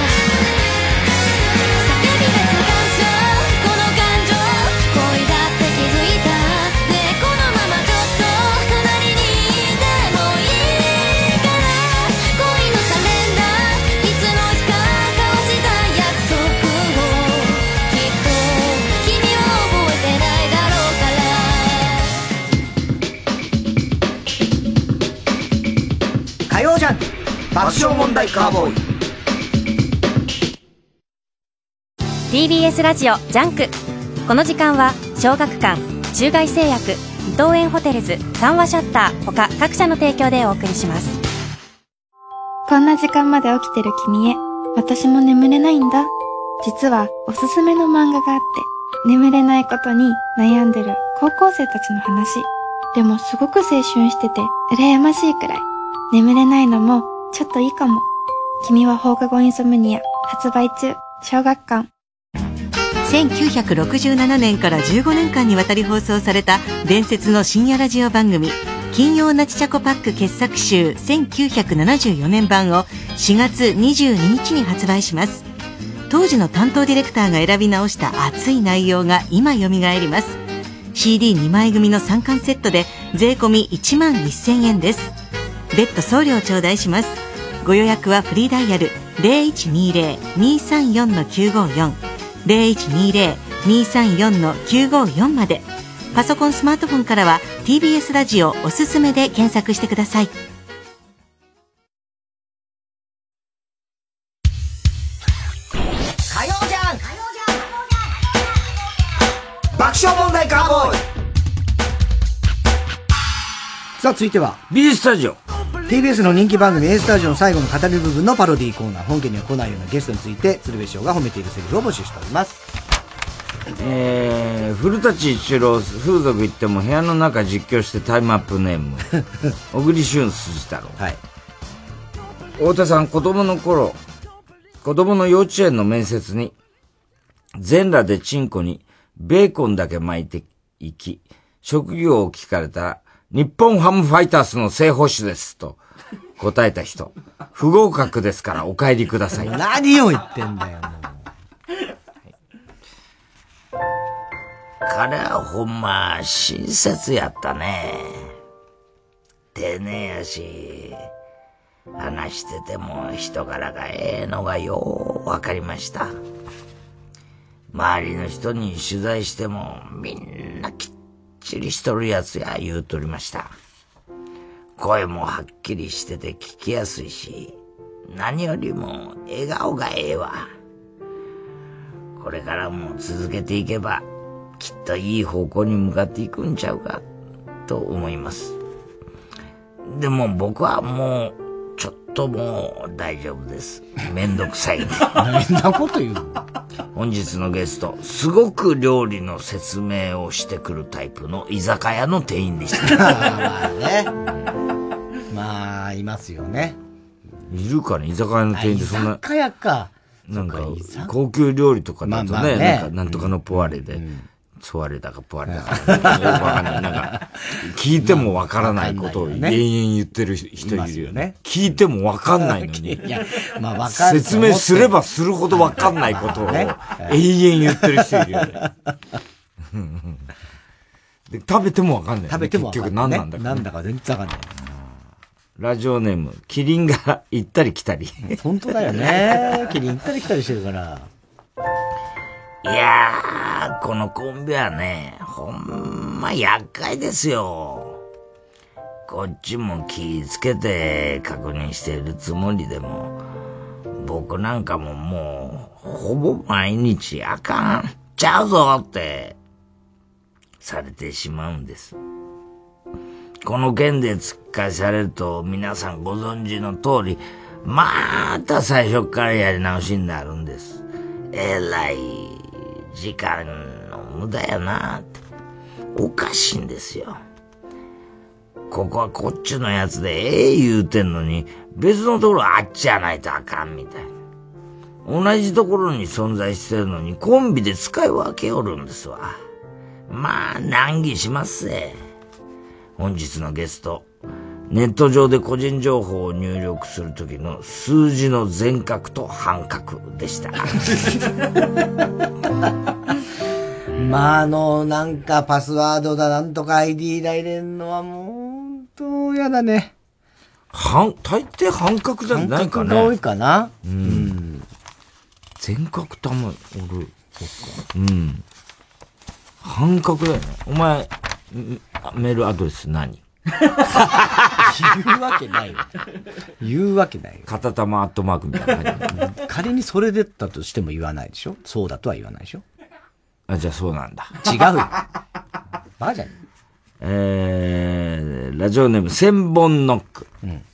叫び出す感傷この感情恋だって気づいたねこのままちょっと隣にいてもいいから恋のサレンダーいつの日か交わした約束をきっと君は覚えてないだろうから火曜ジャンク爆笑問題カーボーイ。 TBS ラジオジャンク。この時間は小学館、中外製薬、伊東園ホテルズ、三話シャッター他各社の提供でお送りします。 こんな時間まで起きてる君へ、私も眠れないんだ。実はおすすめの漫画があって、眠れないことに悩んでる高校生たちの話。でもすごく青春してて羨ましいくらい。眠れないのもちょっといいかも。君は放課後インソムニア発売中。小学館。 1967年から15年間にわたり放送された伝説の深夜ラジオ番組金曜ナチチャコパック傑作集1974年版を4月22日に発売します。当時の担当ディレクターが選び直した熱い内容が今蘇ります。 CD2 枚組の3巻セットで税込み11,000円です。別途送料頂戴します。ご予約はフリーダイヤル 0120-234-954 0120-234-954 まで。パソコンスマートフォンからは TBS ラジオおすすめで検索してください。 火曜ジャンク爆笑問題カーボーイ。さあ続いては B スタジオ。 TBS の人気番組 A スタジオの最後の語る部分のパロディーコーナー。本家には来ないようなゲストについて鶴瓶師匠が褒めているセリフを募集しております。 古舘一郎風俗行っても部屋の中実況してタイムアップネーム小栗旬筋太郎。 はい。 太田さん、子供の幼稚園の面接に全裸でチンコにベーコンだけ巻いていき、職業を聞かれたら日本ハムファイターズの正捕手ですと答えた人、不合格ですからお帰りください。 何を言ってんだよもう。 彼はほんま親切やったね。丁寧やし、話してても人柄がええのがようわかりました。周りの人に取材してもみんなきっちりしとるやつや言うとりました。 声もはっきりしてて聞きやすいし、何よりも笑顔がええわ。これからも続けていけば、きっといい方向に向かっていくんちゃうか、と思います。でも僕はもう、ちょっともう大丈夫です。めんどくさいんで。 そんなこと言うの？ 本日のゲスト、すごく料理の説明をしてくるタイプの居酒屋の店員でした。 まあね。まあ、いますよね。 いるかね、居酒屋の店員ってそんな。 居酒屋か。 なんか、高級料理とかだとね、 ねなんか、なんとかのポワレで、ソワレだかポワレだか、よくわかんない。なんか、聞いてもわからないことを延々言ってる人いるよね。聞いてもわかんないのに。説明すればするほどわかんないことを永遠言ってる人いるよね。で食べてもわかんない。 食べてもわかんない。 結局何なんだか。 なんだか全然わかんない。 ラジオネーム、キリンが行ったり来たり。 本当だよね。キリン行ったり来たりしてるから。 いやー、このコンビはね、ほんま厄介ですよ。こっちも気ぃつけて確認しているつもりでも、僕なんかももう、ほぼ毎日あかん、ちゃうぞって、されてしまうんです。この件で突っ返されると皆さんご存知の通り、また最初からやり直しになるんです。えらい時間の無駄やなって。おかしいんですよ。ここはこっちのやつで言うてんのに、別のところあっちやないとあかんみたいな。同じところに存在してるのにコンビで使い分けおるんですわ。まあ難儀しますぜ。本日のゲスト、ネット上で個人情報を入力するときの数字の全角と半角でした。 まあなんかパスワードだなんとか ID だ入れんのはもう本当嫌だね。 大抵半角じゃないかね。 半角が多いかな。 全角たまおる。そっか。半角だよね。お前、メールアドレス何？ 言うわけないよ。言うわけないよ。 片玉アットマークみたいな感じ。 仮にそれでだとしても言わないでしょ。そうだとは言わないでしょ。 あ、じゃあそうなんだ。 違うよ。バーじゃん。 ラジオネーム千本ノック。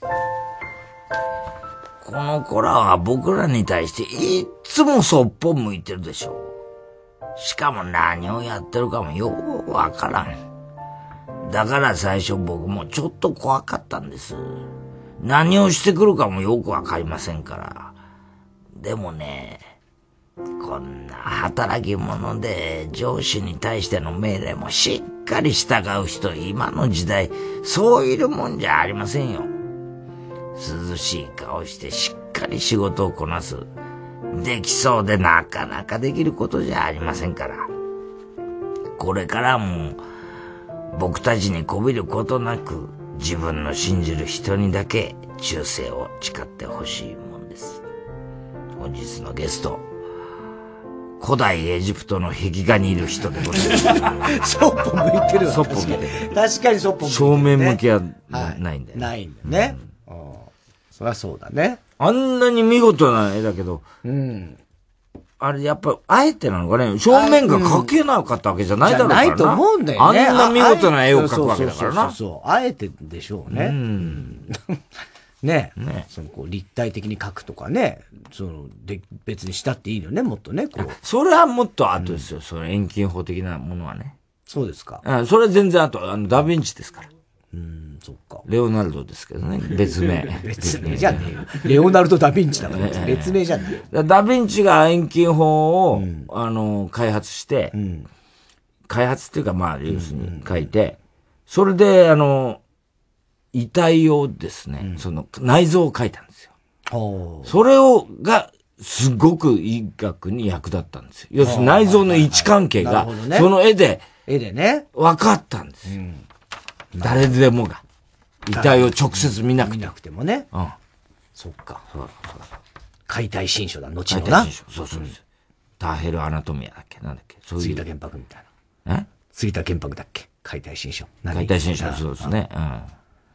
この子らは僕らに対していっつもそっぽ向いてるでしょ。しかも何をやってるかもよくわからん。だから最初僕もちょっと怖かったんです。何をしてくるかもよくわかりませんから。でもね、こんな働き者で上司に対しての命令もしっかり従う人、今の時代そういるもんじゃありませんよ。涼しい顔してしっかり仕事をこなす。できそうでなかなかできることじゃありませんから。これからも僕たちにこびることなく自分の信じる人にだけ忠誠を誓ってほしいもんです。本日のゲスト、古代エジプトの壁画にいる人でございます。 そっぽ向いてるわ。 そっぽ向いてる。 確かにそっぽ向いてる、ね。 正面向きはないんだよね。 ないんだよね。そりゃそうだね。 あんなに見事な絵だけど、あれやっぱ、あえてなのかね、正面が描けなかったわけじゃないだろうからな。 ないと思うんだよね。 あんな見事な絵を描くわけだからな。 そう。あえてでしょうね。ね。その立体的に描くとかね、別にしたっていいのね、もっとね、こう。 それはもっと後ですよ、その遠近法的なものはね。 そうですか。 それは全然後、ダヴィンチですから。 そっか。 レオナルドですけどね、別名。 別名じゃねえよ。レオナルド・ダ・ヴィンチだから、別名じゃねえよ。 ダ・ヴィンチが遠近法を、開発して、開発っていうかまあ、要するに書いて、それで、遺体をですね、その内臓を書いたんですよ。それが、すごく医学に役立ったんですよ。要するに内臓の位置関係が、その絵でね、 分かったんですよ。誰でもが。遺体を直接見なくて。 見なくてもね。そっか。解体新書だ、後のな。 解体新書。そうそう。ターヘルアナトミアだっけなんだっけそういう。 杉田玄白みたいな。杉田玄白だっけ解体新書。 解体新書、そうですね。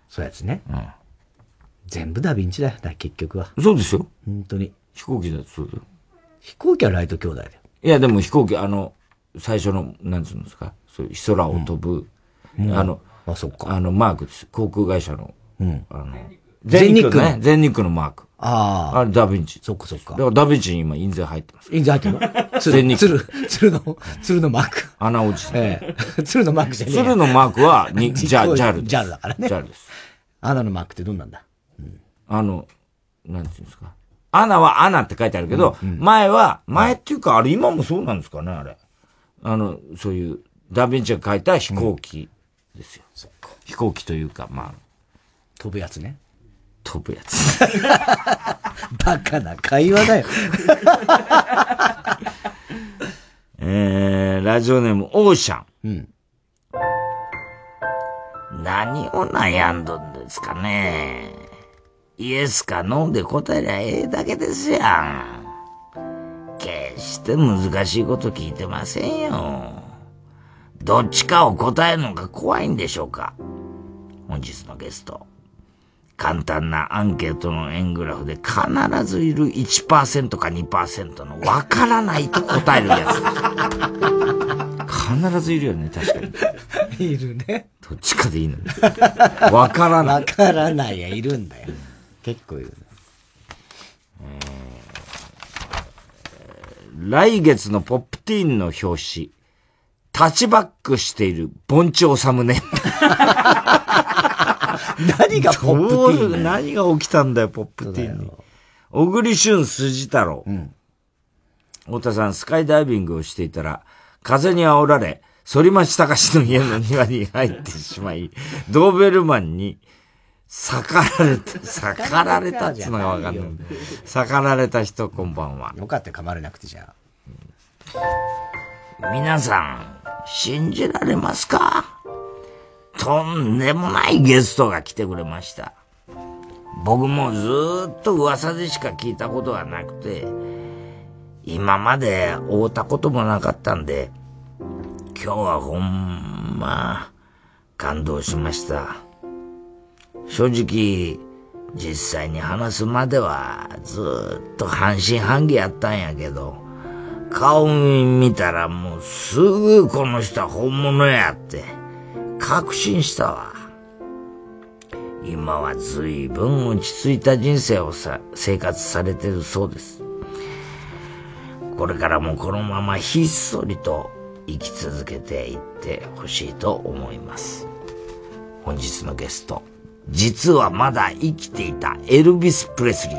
そういうやつね。全部ダヴィンチだよ、結局は。 そうですよ。 本当に。 飛行機だとそうだよ。 飛行機はライト兄弟だよ。 いや、でも飛行機、最初の、なんつうんですか、そういう空を飛ぶ、 そっか。 マークです。航空会社の、 全日空ね。全日空のマーク。あれダヴィンチ。 そっかそっか。 だからダヴィンチに今印税入ってます。 印税入ってるの全日空。 鶴のマーク。 穴落ち。 鶴のマークじゃねえ。 鶴のマークは、JAL。 JAL だからね。 JAL です。 アナのマークってどんなんだ？ なんていうんですか。アナはアナって書いてあるけど、前っていうか、あれ今もそうなんですかね、あれ。そういう、ダヴィンチが書いた飛行機ですよ。飛行機というか、 飛ぶやつね。 飛ぶやつ。 バカな会話だよ。 ラジオネーム、オーシャン。何を悩んどんですかね。イエスかノーで答えりゃええだけですやん。決して難しいこと聞いてませんよ。どっちかを答えるのが怖いんでしょうか。本日のゲスト。簡単なアンケートの円グラフで必ずいる 1% か 2% のわからないと答えるやつ。必ずいるよね、確かに。 いるね。 どっちかでいいのに。わからない。 わからないや、いるんだよ。結構いるね。 来月のポップティーンの表紙、タッチバックしている盆地治ね。 何がポップティーン？ 何が起きたんだよ、ポップティーンに。小栗旬筋太郎。太田さん、スカイダイビングをしていたら、風に煽られ、反町隆史の家の庭に入ってしまい、ドーベルマンに逆られたっていうのがわかんない。逆られた人、こんばんは。 よかった、噛まれなくてじゃあ。皆さん、信じられますか？とんでもないゲストが来てくれました。僕もずーっと噂でしか聞いたことがなくて、今まで会うたこともなかったんで、今日はほんま感動しました。正直実際に話すまではずーっと半信半疑やったんやけど、顔見たらもうすぐこの人は本物やって確信したわ。今は随分落ち着いた人生を生活されてるそうです。これからもこのままひっそりと生き続けていってほしいと思います。本日のゲスト、実はまだ生きていたエルビス・プレスリー。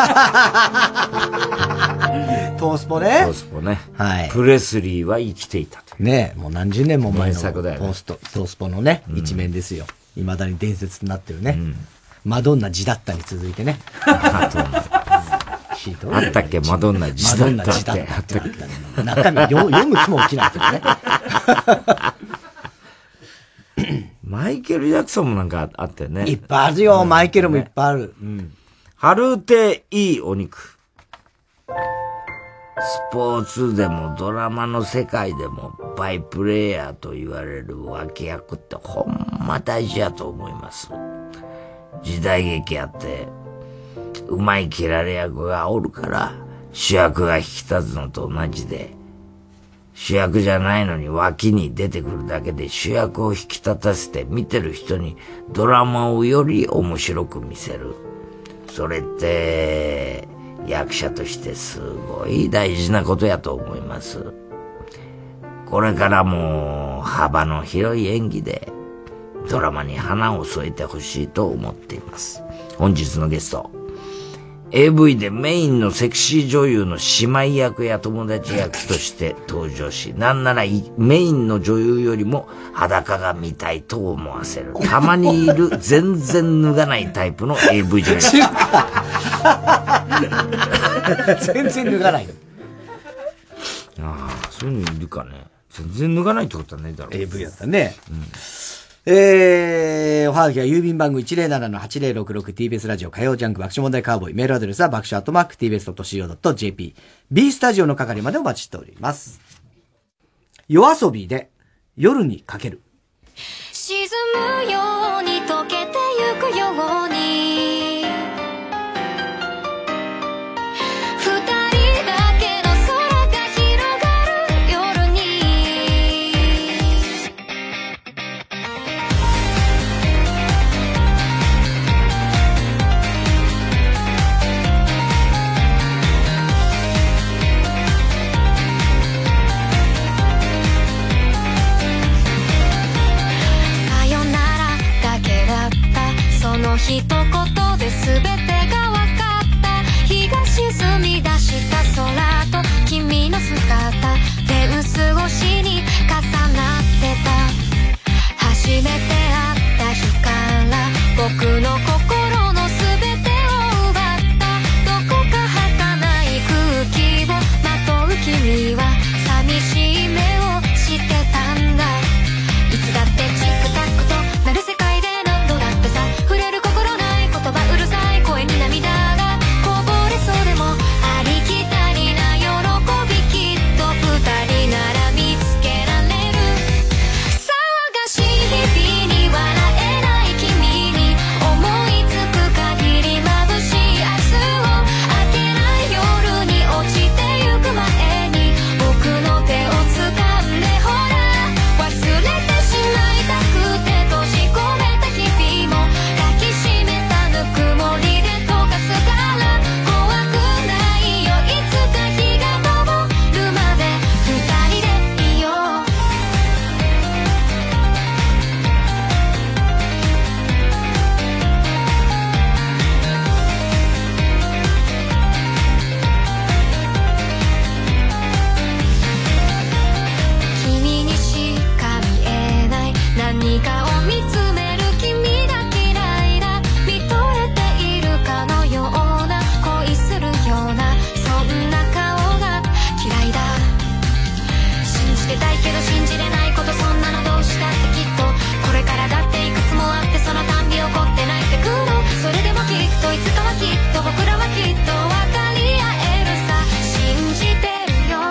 トースポね。 トースポね。 はい。 プレスリーは生きていたと。 ねえ、もう何十年も前のト作だよね。 ースポのね、一面ですよ。未だに伝説になってるね。マドンナ字だったに続いてね。 あったっけマドンナ字だったって。 中身読む気も起きないけどね。 マイケル・ジャクソンもなんかあったよね。 いっぱいあるよ、マイケルもいっぱいある。 春ていいお肉。スポーツでもドラマの世界でもバイプレイヤーと言われる脇役ってほんま大事やと思います。時代劇やってうまい切られ役がおるから主役が引き立つのと同じで、主役じゃないのに脇に出てくるだけで主役を引き立たせて見てる人にドラマをより面白く見せる。それって役者としてすごい大事なことやと思います。これからも幅の広い演技でドラマに花を添えてほしいと思っています。本日のゲスト、AV でメインのセクシー女優の姉妹役や友達役として登場し、なんならメインの女優よりも裸が見たいと思わせる。たまにいる全然脱がないタイプの AV 女優。 全然脱がないの。 ああ、そういうのいるかね。全然脱がないってことはないだろう。 AV やったね。おはがきは郵便番号 107-8066TBS ラジオ火曜ジャンク爆笑問題カーボーイ。メールアドレスは爆笑@tbs.co.jp。B スタジオの係までお待ちしております。夜遊びで夜にかける。 沈むように溶けてゆくくように二人だけの空が広がる夜にさよならだけだったその一言で全てが分かった日が沈み出した空と君の姿フェンス越しに重なってた初めて会った日から僕の心の全てを奪ったどこか儚い空気をまとう君は寂しい目をしてたんだいつだってチクタクとなる世界で何度だってさ触れる心ない言葉うるさい声に涙がこぼれそうでもありきたりな喜びきっと二人なら見つけられる騒がしい日々に笑えない君に思いつく限り眩しい明日を明けない夜に落ちてゆく前に僕の手を掴んでほら忘れてしまいたくて閉じ込めた日々も抱きしめたぬくもりで溶かすから怖くないよいつか日が昇るまで二人でいよう君にしか見えない何かを見つめる君が嫌いだ見とれているかのような恋するようなそんな顔が嫌いだ信じてたいけど信じれないことそんなのどうしたってきっとこれからだっていくつもあってそのたんび起こって泣いてくのそれでもきっといつかはきっと僕らはきっと分かり合えるさ信じてるよ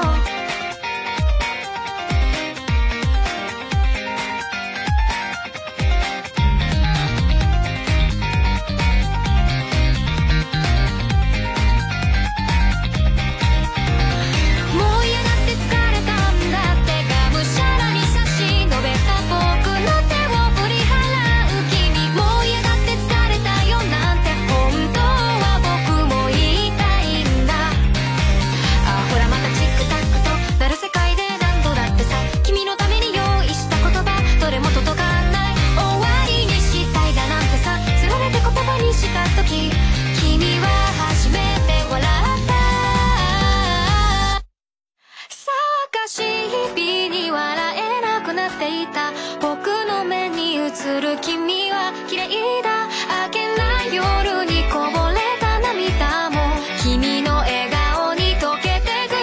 もう嫌だって疲れたんだってがむしゃらに差し伸べた僕の手を振り払う君もう嫌だって疲れたよなんて本当は僕も言いたいんだあほらまたチクタクとなる世界で何度だってさ君のために用意した言葉どれも届かない終わりにしたいだなんてさつられて言葉にした時君は初めて笑った騒がしい日々に笑えなくなっていた僕の目に映る君は綺麗だ明けない夜にこぼれた涙も君の笑顔に溶けてく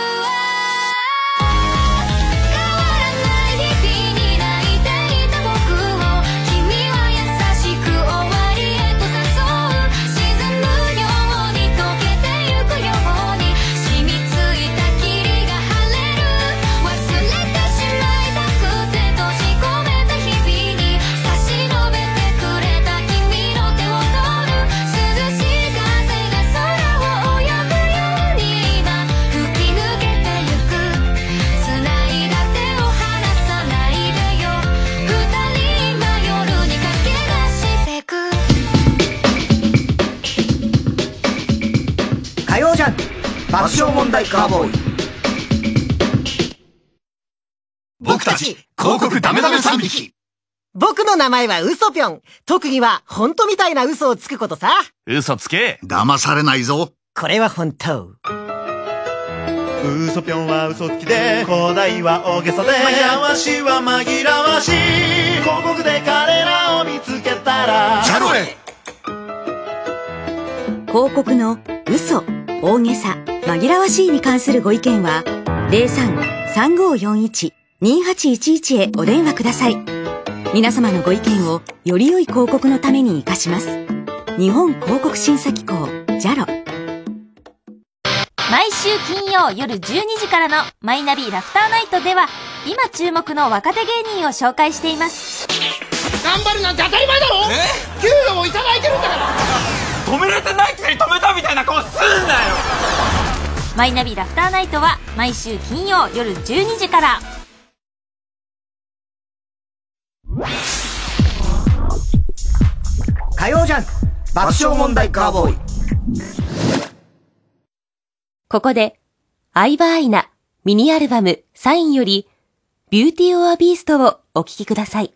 変わらない日々に泣いていた僕を君は優しく終わりへと誘う沈むように溶けてゆくように染みついた霧が晴れる忘れてしまいたくて閉じ込めた日々に差し伸べてくれた君の手を取る涼しい風が空を泳ぐように今吹き抜けてゆく繋いだ手を離さないでよ二人今夜に駆け出してく火曜ジャンク爆笑問題カーボーイ僕たち広告ダメダメ3匹僕の名前はウソぴょん。特技は本当みたいな嘘をつくことさ。 嘘つけ騙されないぞ。 これは本当。 ウソぴょんは嘘つきで古代は大げさでまやわしは紛らわしい広告で彼らを見つけたらジャロへ広告の嘘、大げさ、紛らわしいに関するご意見は 03-3541-2811 へお電話ください。皆様のご意見をより良い広告のために生かします。日本広告審査機構 JALO。 毎週金曜夜12時からのマイナビラフターナイトでは今注目の若手芸人を紹介しています。 頑張るなんて当たり前だろ。給料をいただいてるんだから。 止められてないくせに止めたみたいな顔すんなよ。 マイナビラフターナイトは毎週金曜夜12時から。 火曜ジャンク爆笑問題カーボーイ。 ここで相葉アイナミニアルバムサインよりビューティーオアビーストをお聴きください。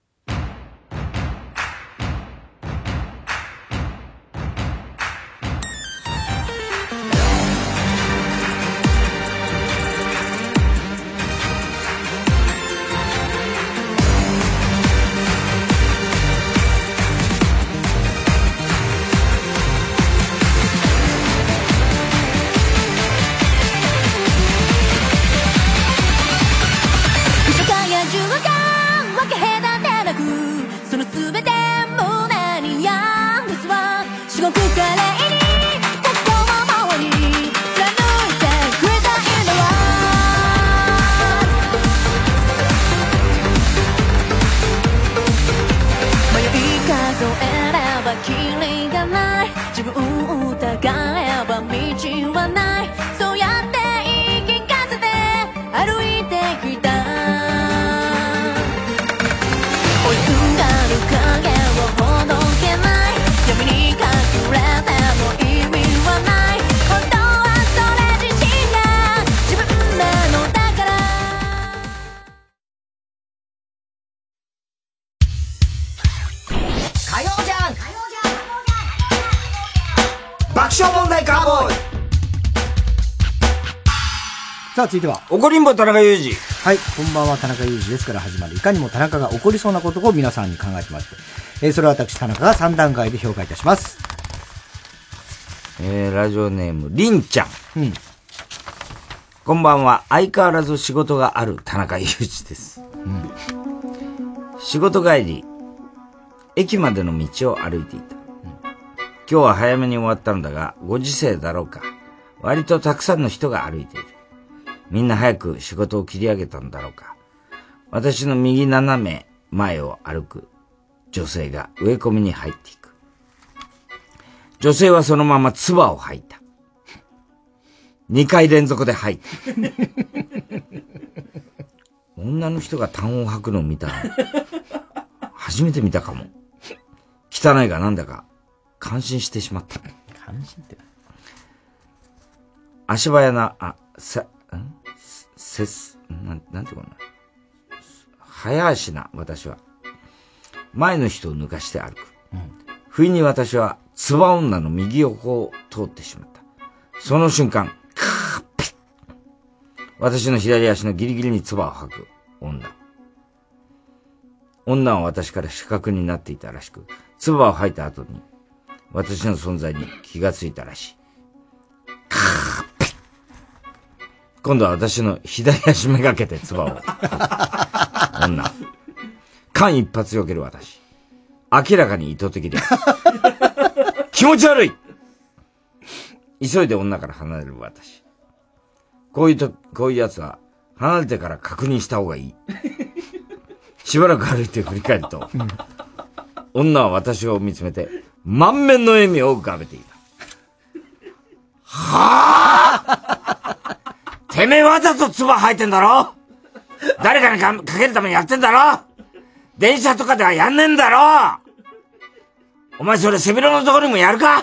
さあ続いては怒りんぼ田中裕二。 はい、こんばんは、田中裕二ですから始まるいかにも田中が起こりそうなことを皆さんに考えてもらって、それは私田中が3段階で評価いたします。 ラジオネームりんちゃん。こんばんは。相変わらず仕事がある田中裕二です。仕事帰り駅までの道を歩いていた。今日は早めに終わったのだが、ご時世だろうか、割とたくさんの人が歩いている。みんな早く仕事を切り上げたんだろうか。私の右斜め前を歩く女性が植え込みに入っていく。女性はそのまま唾を吐いた。2回連続で吐いた。女の人が痰を吐くのを見たら初めて見たかも。汚いがなんだか感心してしまった。 感心って足早な、なんていうかな。早足な私は、前の人を抜かして歩く。不意に私は、唾女の右横を通ってしまった。その瞬間、ピッ。私の左足のギリギリに唾を吐く女。女は私から死角になっていたらしく、唾を吐いた後に、私の存在に気がついたらしい。今度は私の左足めがけて唾を。女。間一髪避ける私。明らかに意図的で。気持ち悪い。急いで女から離れる私。こういうやつは、離れてから確認した方がいい。しばらく歩いて振り返ると、女は私を見つめて、満面の笑みを浮かべていた。はぁてめえわざと唾吐いてんだろ。誰かにかけるためにやってんだろ。電車とかではやんねえんだろ。お前それ背広のところにもやるか。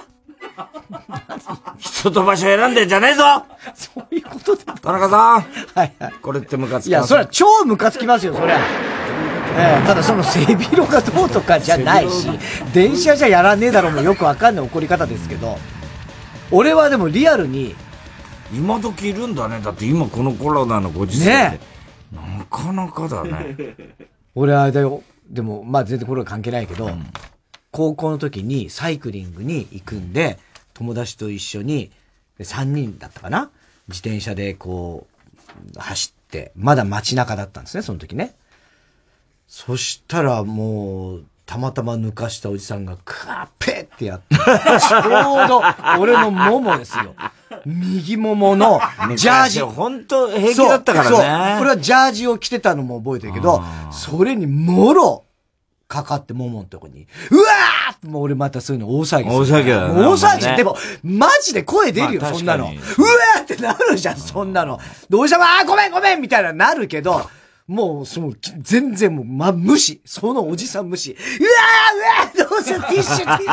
人と場所選んでんじゃねえぞ。 そういうことだ。 田中さん。はいはい。これってムカつきます。 いや、それは超ムカつきますよ、それは。ただその背広がどうとかじゃないし、電車じゃやらねえだろうもよくわかんない怒り方ですけど、俺はでもリアルに、 今時いるんだね。だって今このコロナのご時世で。ね、なかなかだね。 俺はだよ、でもまあ全然これは関係ないけど、高校の時にサイクリングに行くんで、友達と一緒に3人だったかな、自転車でこう走って、まだ街中だったんですね、その時ね。そしたらもうたまたま抜かしたおじさんがカーペってやって、ちょうど俺のももですよ。右もものジャージ。 本当平気だったからね。 そう。これはジャージを着てたのも覚えてるけど、それにもろかかってもものとこに、うわーってもう俺またそういうの大騒ぎする。 大騒ぎだよね。 大騒ぎ、でも、マジで声出るよ、そんなの。うわーってなるじゃん、そんなの。で、おじさま、ごめんごめんみたいななるけど、もう、全然もう、無視。そのおじさん無視。うわーどうしよう、ティッシュだ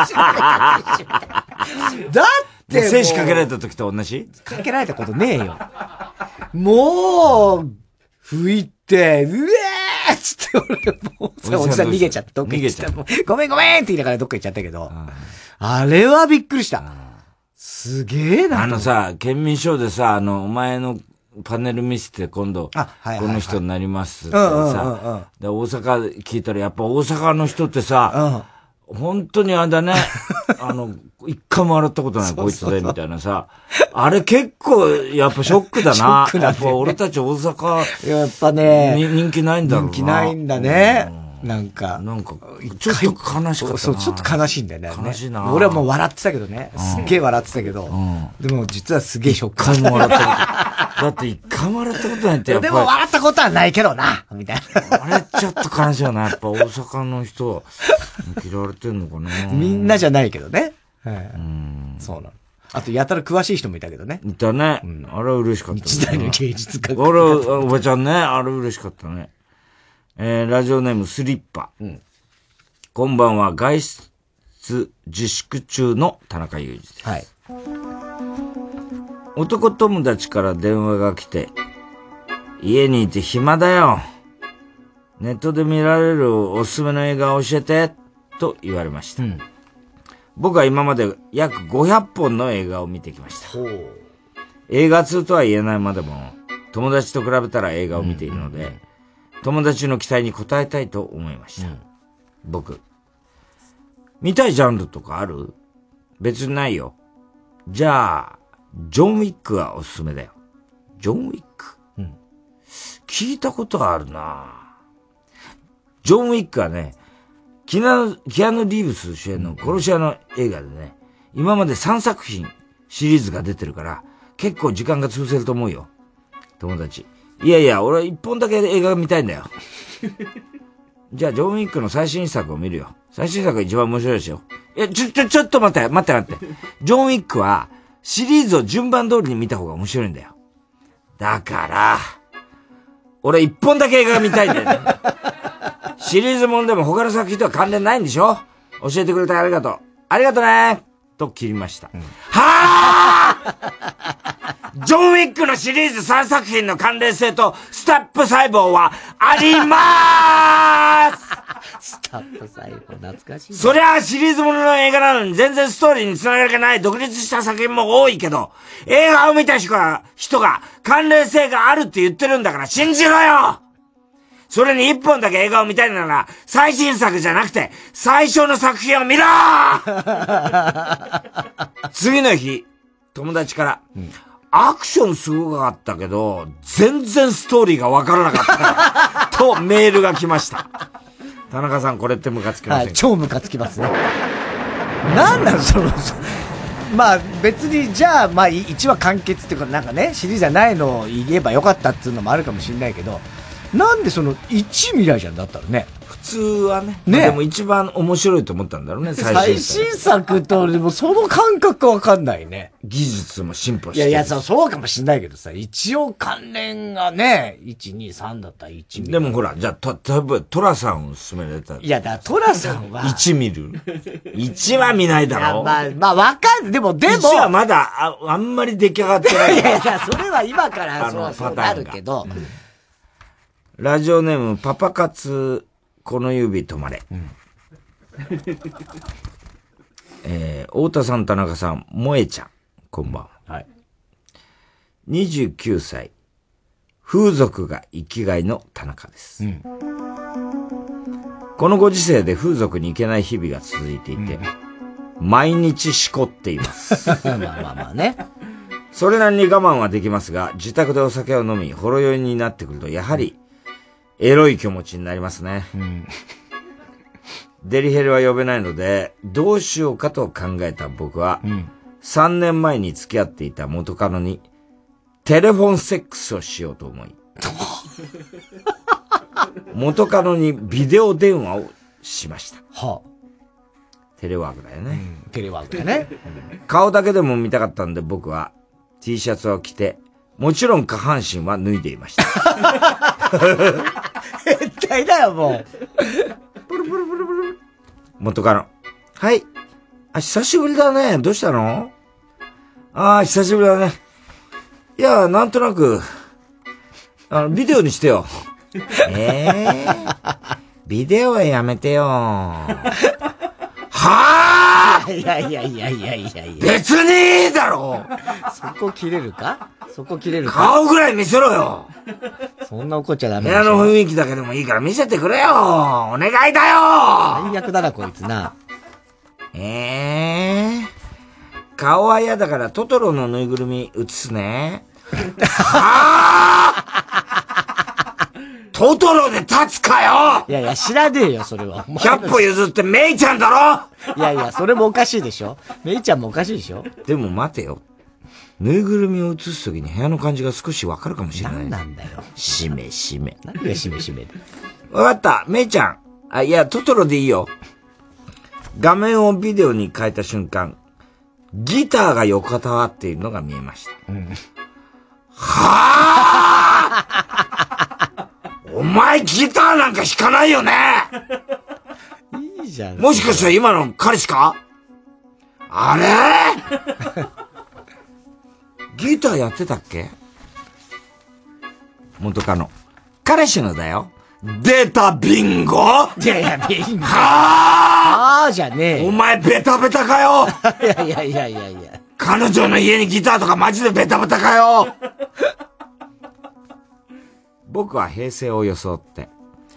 って精子かけられた時と同じ？ かけられたことねえよ。もう、拭いて、うえーっつって俺もう、おじさん逃げちゃって、どっか行っちゃった。ごめんごめんって言いながらどっか行っちゃったけど、あれはびっくりした。すげえな。 さ、県民賞でさ、お前のパネル見せて今度、この人になりますってさ、で、大阪聞いたらやっぱ大阪の人ってさ、本当にあれだね、一回も洗ったことないこいつで、みたいなさ。あれ結構、やっぱショックだな。やっぱ俺たち大阪、 やっぱね、 人気ないんだろうな。 人気ないんだね。なんか、 ちょっと悲しかったな。 そう、ちょっと悲しいんだよね。 悲しいな。 俺はもう笑ってたけどね。すっげえ笑ってたけど。でも実はすげえショック。 一回も笑ったこと。だって一回も笑ったことないってやっぱり。 でも笑ったことはないけどな、みたいな。 あれちょっと悲しいよな。やっぱ大阪の人、嫌われてんのかな。 みんなじゃないけどね。そうなの。あと、やたら詳しい人もいたけどね。 いたね。あれは嬉しかった。 時代の芸術家。 あれ、おばちゃんね、あれ嬉しかったね。ラジオネームスリッパ。こんばんは、外出自粛中の田中裕二です。 はい。 男友達から電話が来て、家にいて暇だよ。ネットで見られるおすすめの映画を教えて、と言われました。僕は今まで約500本の映画を見てきました。映画通とは言えないまでも、友達と比べたら映画を見ているので、友達の期待に応えたいと思いました。僕。見たいジャンルとかある？別にないよ。じゃあ、ジョン・ウィックはおすすめだよ。ジョン・ウィック？聞いたことあるな。ジョン・ウィックはね、キアヌ・リーブス主演の殺し屋の映画でね、今まで3作品シリーズが出てるから、結構時間が潰せると思うよ。友達。いやいや、俺1本だけ映画見たいんだよ。じゃあ、ジョン・ウィックの最新作を見るよ。最新作が一番面白いですよ。いや、ちょっと待って。ジョン・ウィックは、シリーズを順番通りに見た方が面白いんだよ。だから、俺1本だけ映画が見たいんだよね。シリーズもんでも他の作品とは関連ないんでしょ？教えてくれてありがとう。ありがとねと切りました。はぁジョン・ウィックのシリーズ3作品の関連性とスタップ細胞はありまーすスタップ細胞懐かしい。 そりゃあシリーズものの映画なのに全然ストーリーに繋がりがない独立した作品も多いけど、映画を見た人が関連性があるって言ってるんだから信じろよ。それに一本だけ映画を見たいなら、最新作じゃなくて、最初の作品を見ろ次の日、友達から、アクションすごかったけど、全然ストーリーがわからなかった。とメールが来ました。田中さん、これってムカつきませんか？ はい、超ムカつきますね。なんなのまあ別に、じゃあ、まあ1話完結っていうかなんかね、シリーズじゃないのを言えばよかったっていうのもあるかもしれないけど、なんで1未来じゃんだったらね。 普通はね。ね。でも一番面白いと思ったんだろうね、 最新作と、でもその感覚わかんないね。 技術も進歩してる。 いや、そうかもしんないけどさ、一応関連がね、1、2、3だったら1未来。 でもほら、じゃあ、例えば、トラさんを勧められたら。 いや、トラさんは。 1見る $1 は見ないだろう。 まあ、わかんない。でも。 1はまだ、あんまり出来上がってない。 いや、それは今からそうなるけど。 ラジオネーム、パパ活、この指止まれ。太田さん、田中さん、萌えちゃん、こんばんは。 はい。 29歳、風俗が生きがいの田中です。このご時世で風俗に行けない日々が続いていて、毎日しこっています。 まあね。 それなりに我慢はできますが、自宅でお酒を飲み、ほろ酔いになってくると、やはり、エロい気持ちになりますね。デリヘルは呼べないので、どうしようかと考えた僕は、3年前に付き合っていた元カノに、テレフォンセックスをしようと思い、元カノにビデオ電話をしました。 はあ。 テレワークだよね。 テレワークだね。 顔だけでも見たかったんで僕は T シャツを着て、もちろん下半身は脱いでいました。 変態だよ、もう。 元カノ。はい。久しぶりだね。どうしたの？久しぶりだね。いや、なんとなく、ビデオにしてよ。ビデオはやめてよ。はぁいや。 別にいいだろそこ切れるか顔ぐらい見せろよ。 そんな怒っちゃダメ部屋の雰囲気だけでもいいから見せてくれよ。お願いだよ。 最悪だな、こいつな。 顔は嫌だからトトロのぬいぐるみ映すね。はぁトトロで立つかよ。 いや、知らねえよ、それは。 100歩譲ってメイちゃんだろ。 いや、それもおかしいでしょ。メイちゃんもおかしいでしょ。 でも待てよ。ぬいぐるみを映すときに部屋の感じが少しわかるかもしれない。 何なんだよ。 しめ。 何がしめ。 わかった、メイちゃん。いや、トトロでいいよ。画面をビデオに変えた瞬間、ギターが横たわっているのが見えました。はぁお前ギターなんか弾かないよね。 いいじゃん。 もしかしたら今の彼氏か？あれギターやってたっけ？元カノ。彼氏のだよ。出たビンゴ？ いや、ビンゴ。 はぁじゃねえ。 お前ベタベタかよ。 いや。 彼女の家にギターとかマジでベタベタかよ。僕は平成を装って。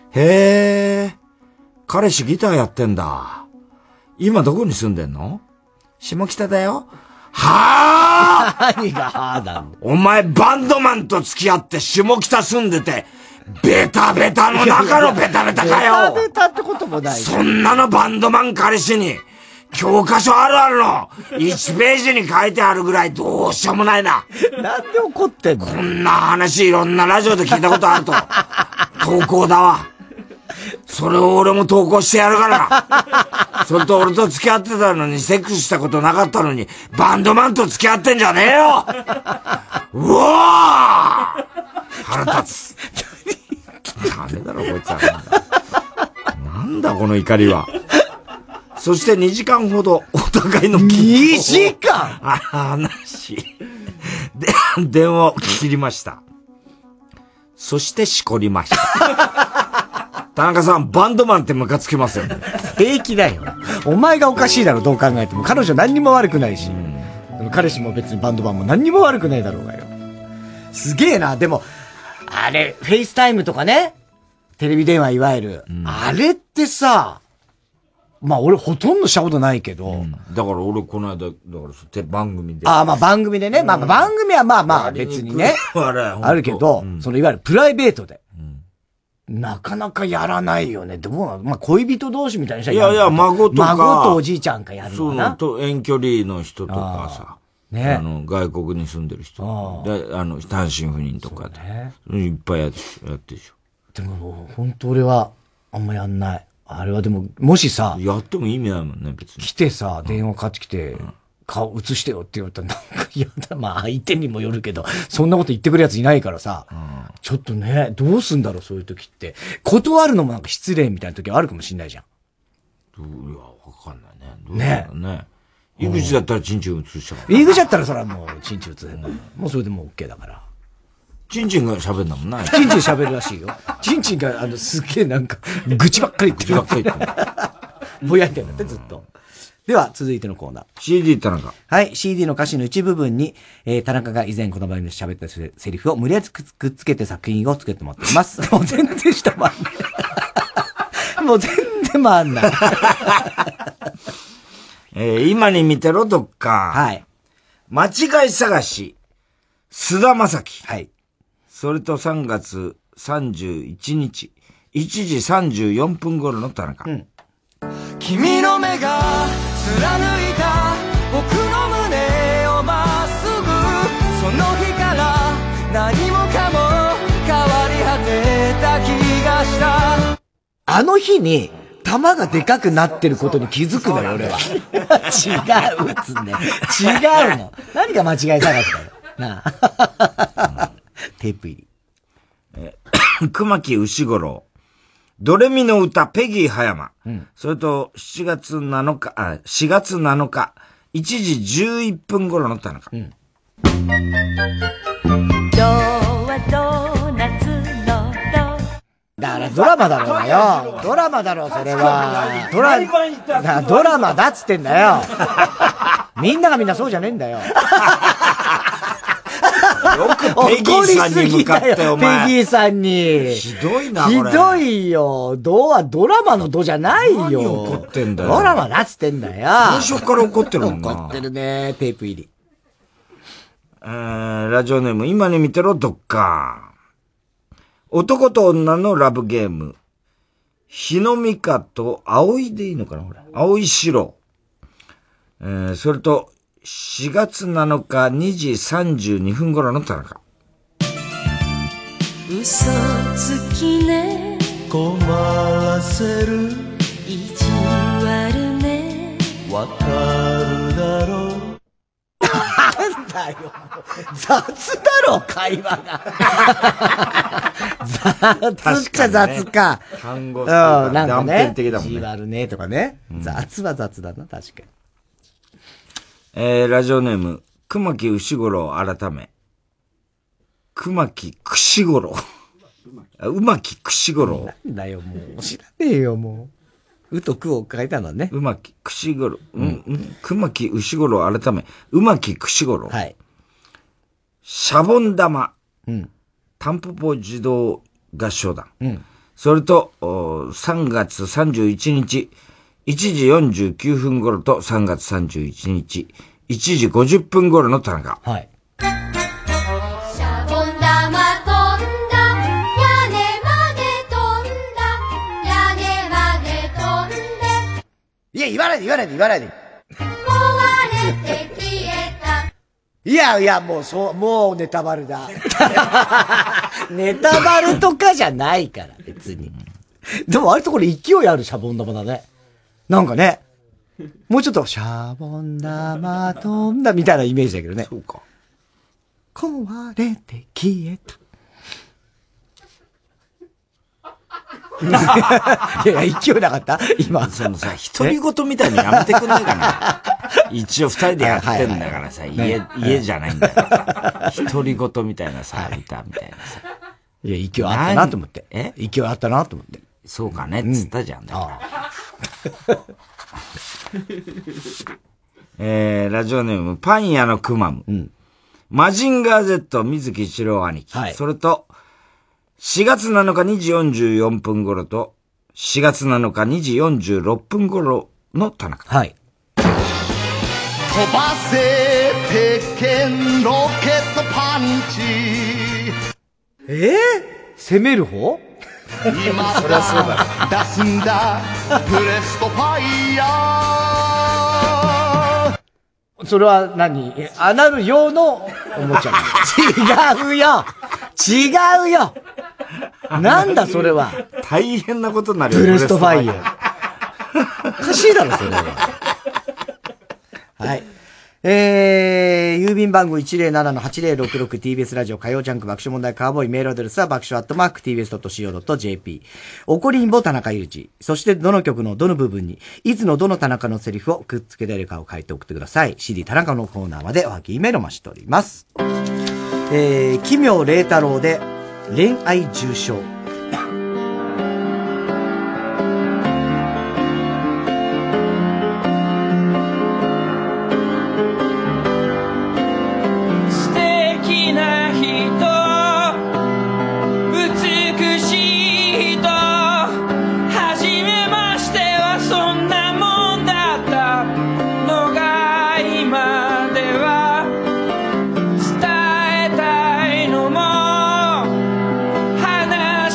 彼氏ギターやってんだ。今どこに住んでんの？下北だよ。はぁ何がはぁなんだ。 お前バンドマンと付き合って下北住んでて、ベタベタの中のベタベタかよ。 ベタベタってこともない。 そんなのバンドマン彼氏に、教科書あるあるの1ページに書いてあるぐらいどうしようもないな。 なんで怒ってんの？ こんな話いろんなラジオで聞いたことあると。投稿だわ。それを俺も投稿してやるから。それと俺と付き合ってたのにセックスしたことなかったのにバンドマンと付き合ってんじゃねえよ。うわー腹立つ。ダメだろこいつは。なんだこの怒りは。そして2時間ほどお互いの 2時間話で電話を切りました。そしてしこりました。田中さん、バンドマンってムカつきますよね。 平気だよ。お前がおかしいだろ、どう考えても。彼女何にも悪くないし。彼氏も別にバンドマンも何にも悪くないだろうがよ。すげえな。でも、あれ、フェイスタイムとかね。テレビ電話いわゆる。あれってさ、まあ俺ほとんどしたことないけど。 だから俺この間、だから番組で。 まあ番組でね。まあ番組はまあ別にね。あるけど、そのいわゆるプライベートで。なかなかやらないよね。でも、まあ恋人同士みたいな人はやる。 いや、孫とか。 孫とおじいちゃんかやるのかな。 そう、遠距離の人とかさ。 ね。 外国に住んでる人。で、単身赴任とかで。いっぱいやってるでしょ。 でも、本当俺は、あんまやんない。あれはでも、もしさ、 やっても意味ないもんね、別に。 来てさ、電話かかってきて、顔映してよって言われたら、なんか嫌だ。まあ相手にもよるけど、そんなこと言ってくるやついないからさ、ちょっとね、どうすんだろう、そういう時って。断るのもなんか失礼みたいな時あるかもしんないじゃん。 いや、わかんないね。ね。井口だったらチンチン映したから。 井口だったらそれはもうチンチン映せば、もうそれでもう OK だから。 チンチンが喋んだもんな。 チンチン喋るらしいよ。チンチンがすげえなんか、愚痴ばっかり言ってる。ぼやいてんだってずっと。では、続いてのコーナー。 CD 田中。 はい、CD の歌詞の一部分に、田中が以前この番組で喋ったセリフを無理やりくっつけて作品を作ってもらっています。もう全然下回んない。もう全然回んない。 今に見てろ、どっか。 はい。 間違い探し、菅田将暉。 はい。 それと3月31日、1時34分頃の田中。 君の目が貫いた僕の胸をまっすぐ、その日から何もかも変わり果てた気がした。 あの日に、田玉がでかくなってることに気づくのよ、俺は。違うっつね。違うの。何が間違い探しだよ。なあ。テープ入り。熊木牛五郎。ドレミの歌、ペギー葉山。それと、4月7日、1時11分頃の田中。 ドはドーナツのド。 だからドラマだろうよ。ドラマだろう、それは。ドラマだっつってんだよ。みんながみんなそうじゃねえんだよ。 よくペギーさんに向かってお前。 ペギーさんに。 ひどいな、これ。 ひどいよ。ドはドラマのドじゃないよ。 何怒ってんだよ。 ドラマだっつってんだよ。 最初から怒ってるもんな。 怒ってるね、テープ入り。 ラジオネーム、今に見てろ、どっか。男と女のラブゲーム。日の美香と葵でいいのかな、これ。葵白。それと、4月7日2時32分頃の田中。 嘘つきね、 困らせる、 意地悪ね、 わかるだろう。 なんだよ。雑だろ、会話が。雑っちゃ雑か。 単語なんかね。 断片的だもんね。 意地悪ねとかね。雑は雑だな、確かに。 ラジオネーム、熊木牛五郎改め。熊木串五郎。馬木串五郎。 なんだよ、もう。知らねえよ、もう。うとくを書いたのはね。 馬木串五郎。熊木牛五郎改め。馬木串五郎。 はい。シャボン玉。タンポポ児童合唱団。それと、3月31日、1時49分頃と3月31日、1時50分頃の田中。 はい。 シャボン玉飛んだ、屋根まで飛んだ、屋根まで飛んで。 いや、言わないで。 壊れて消えた。 いや、もうネタバレだ。ネタバレとかじゃないから、別に。でも割とこれ勢いあるシャボン玉だね。なんかね、もうちょっと、シャボン玉飛んだみたいなイメージだけどね。 そうか。 壊れて消えた。いや、勢いなかった今。 そのさ、独り言みたいにやめてくんないかな。一応二人でやってんだからさ、家じゃないんだよ。独り言みたいなさ、歌みたいなさ。 いや、勢いあったなと思って。勢いあったなと思って。 そうかね、つったじゃん。だから。ラジオネーム、パン屋のくまむ。マジンガー Z 水木一郎兄貴。それと、4月7日2時44分頃と、4月7日2時46分頃の田中。 はい。 飛ばせ鉄拳ロケットパンチ。 攻める方今そりゃそうだ。 出すんだプレストファイヤー。 それは何？アナル用のおもちゃ。違うよなんだそれは。 大変なことになるよ。 プレストファイヤー。おかしいだろ、それは。はい。郵便番号 107-8066 TBS ラジオ火曜ジャンク爆笑問題カーボーイメールアドレスは爆笑@tbs.co.jp 怒りんぼ田中裕二。そしてどの曲のどの部分にいつのどの田中のセリフをくっつけられるかを書いて送ってください。CD 田中のコーナーまでおはぎメールを待ちしております。奇妙麗太郎で恋愛重症。 伝えたいのも話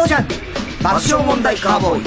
曜ジャンク爆笑問題カーボーイ。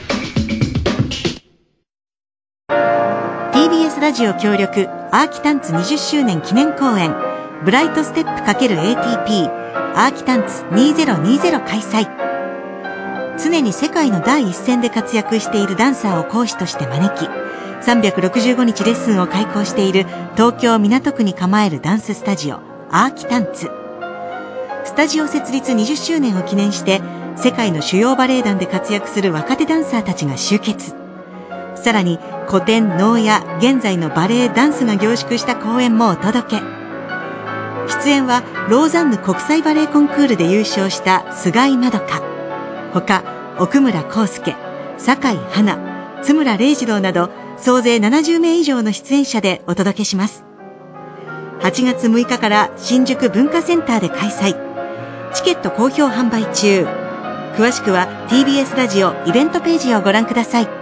TBS ラジオ協力アーキタンツ20周年記念公演ブライトステップ ×ATP アーキタンツ2020開催。常に世界の第一線で活躍しているダンサーを講師として招き、365日レッスンを開講している東京港区に構えるダンススタジオアーキタンツ。スタジオ設立20周年を記念して世界の主要バレエ団で活躍する若手ダンサーたちが集結。さらに古典、能や現在のバレエ、ダンスが凝縮した公演もお届け。出演はローザンヌ国際バレエコンクールで優勝した菅井まどか、他奥村康介、酒井花、津村礼二郎など総勢70名以上の出演者でお届けします。8月6日から新宿文化センターで開催。チケット好評販売中。詳しくは TBS ラジオイベントページをご覧ください。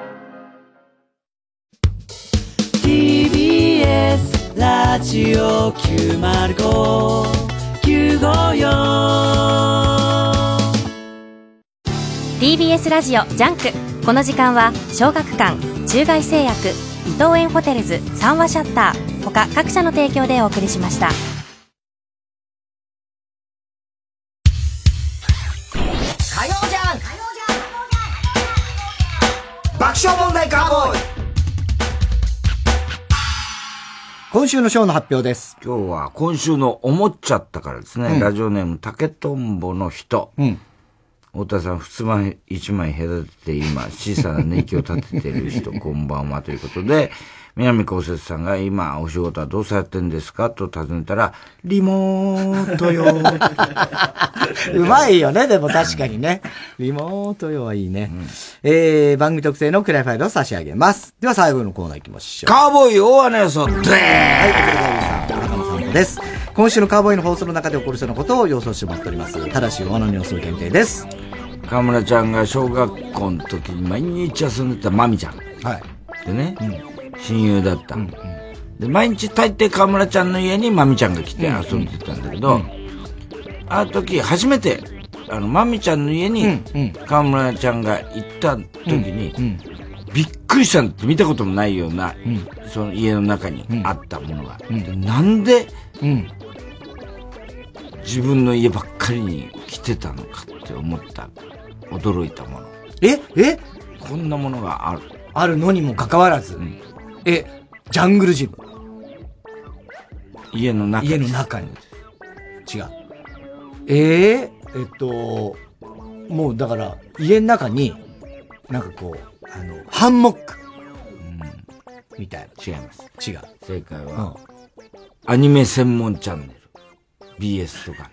TBS ラジオ905-954 TBS ラジオジャンク。この時間は小学館、中外製薬、伊東園ホテルズ、三和シャッター他各社の提供でお送りしました。 火曜ジャンク爆笑問題カーボーイ。今週のショーの発表です。 今日は今週の思っちゃったからですね、ラジオネーム竹とんぼの人、太田さん、襖一枚隔てて今小さな寝息を立てている人こんばんはということで、南こうせつさんが今お仕事はどうされてんですかと尋ねたら、リモートようまいよね、でも確かにね。リモートよはいいね。番組特製のクライファイルを差し上げます。では最後のコーナー行きましょう。 カーボーイ大穴予想でーす。はい、 中野さんです。今週のカーボーイの放送の中で起こりそうなことを予想してもらっております。ただし大穴の予想限定です。 河村ちゃんが小学校の時に毎日遊んでたマミちゃん。はい。でね、親友だった。で、毎日大抵河村ちゃんの家にマミちゃんが来て遊んでたんだけど、あの時初めて、マミちゃんの家に河村ちゃんが行った時に、びっくりしたんだって、見たこともないような、その家の中にあったものが。なんで、自分の家ばっかりに来てたのかって思った、驚いたもの。こんなものがある。 あるのにもかかわらず、ジャングルジム。 家の中に。 家の中に。違う。もうだから、家の中に、なんかこう、ハンモック。みたいな。 違います。 違う。 正解は、アニメ専門チャンネル。BS とか。